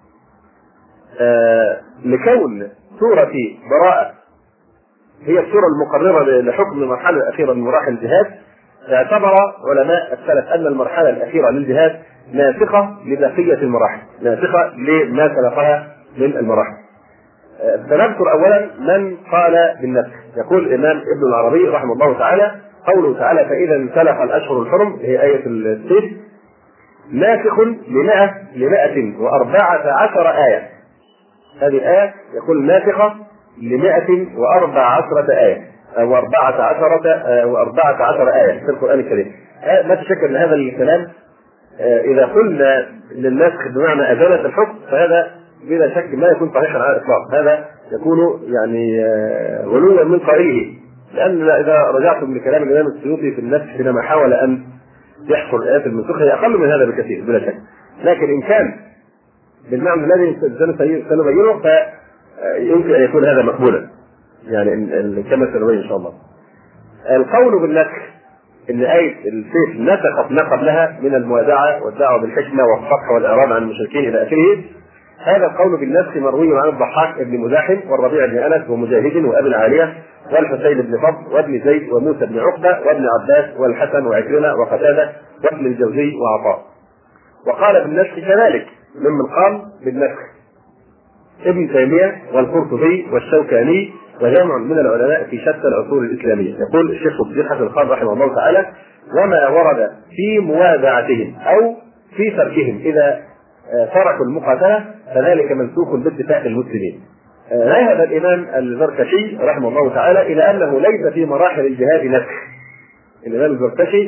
آه لكون سورة براءة هي السورة المقررة لحكم المرحلة الأخيرة من مراحل الجهاد، اعتبر علماء السلف أن المرحلة الأخيرة للجهاد ناسخة لبقية المراحل، ناسخة لما سلفها من المراحل. آه فنذكر أولا من قال بالنسخ. يقول الإمام ابن العربي رحمه الله تعالى: قوله تعالى: فإذا انسلخ الأشهر الحرم، هي آية السيف، ناسخ لمئة لمئة وأربعة عشر آية. هذه الآية يقول ناسخة لمئة وأربع عشرة آية أو أربعة عشرة وأربعة عشر آية في القرآن الكريم. لا تشك أن هذا الكلام إذا قلنا للنسخ بمعنى أزالة الحكم فهذا بلا شك ما يكون صحيحا على الإطلاق، هذا يكون يعني غلوا من قائله، لأن إذا رجعتم لكلام الإمام السيوطي في النسخ حينما حاول أن يحصر الآيات المنسوخة هي أقل من هذا بكثير بلا شك، لكن إن كان بالمعنى الذي سنبينه فيمكن أن يكون هذا مقبولا، يعني كما سنبين إن شاء الله. القول بالنسخ إن آية السيف نسخت ما قبلها من الموادعة والدعوة بالحكمة والصفح والإعراض عن المشركين إلى آخره، هذا القول بالنسخ مروي عن الضحاك بن مزاحم والربيع بن أنس ومجاهد وأبي العالية والحسين بن فضل وابن زيد وموسى بن عقبة وابن عباس والحسن وعكرمة وقتادة وابن الجوزي وعطاء. وقال بالنسخ كذلك ممن قال بالنسخ ابن تيمية والقرطبي والشوكاني وجمع من العلماء في شتى العصور الإسلامية. يقول الشيخ عبد الحسن خان رحمه الله تعالى: وما ورد في موادعتهم أو في تركهم إذا تركوا المقاتلة فذلك منسوخ باتفاق المسلمين. ذهب الإمام الزركشي رحمه الله تعالى إلى أنه ليس في مراحل الجهاد نسخ. الإمام الزركشي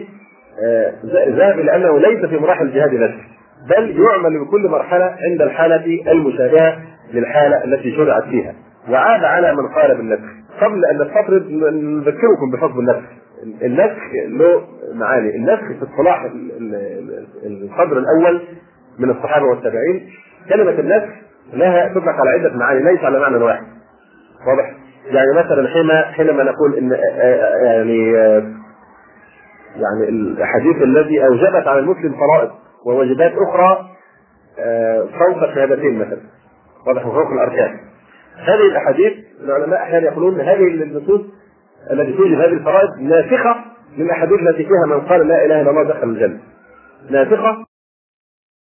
ذهب إلى أنه ليس في مراحل الجهاد نسخ، بل يعمل بكل مرحلة عند الحالة المشابهة للحالة التي شرعت فيها. وعاد على من قال بالنسخ. قبل أن نستطرد نذكركم بحكم النسخ. النسخ له معاني. النسخ في اصطلاح القدر الأول من الصحابة والتابعين كلمة النسخ لها تطلق على عدة معاني ليس على معنى واحد. واضح؟ يعني مثلا حين حينما نقول ان يعني يعني الحديث الذي اوجبت على المسلم فرائض وواجبات اخرى فوق الشهادتين مثلا، واضح، فوق الاركان. هذه الاحاديث العلماء احيانا يقولون هذه النصوص التي توجب هذه الفرائض ناسخه للاحاديث التي فيها من قال لا اله الا الله دخل الجنه، ناسخه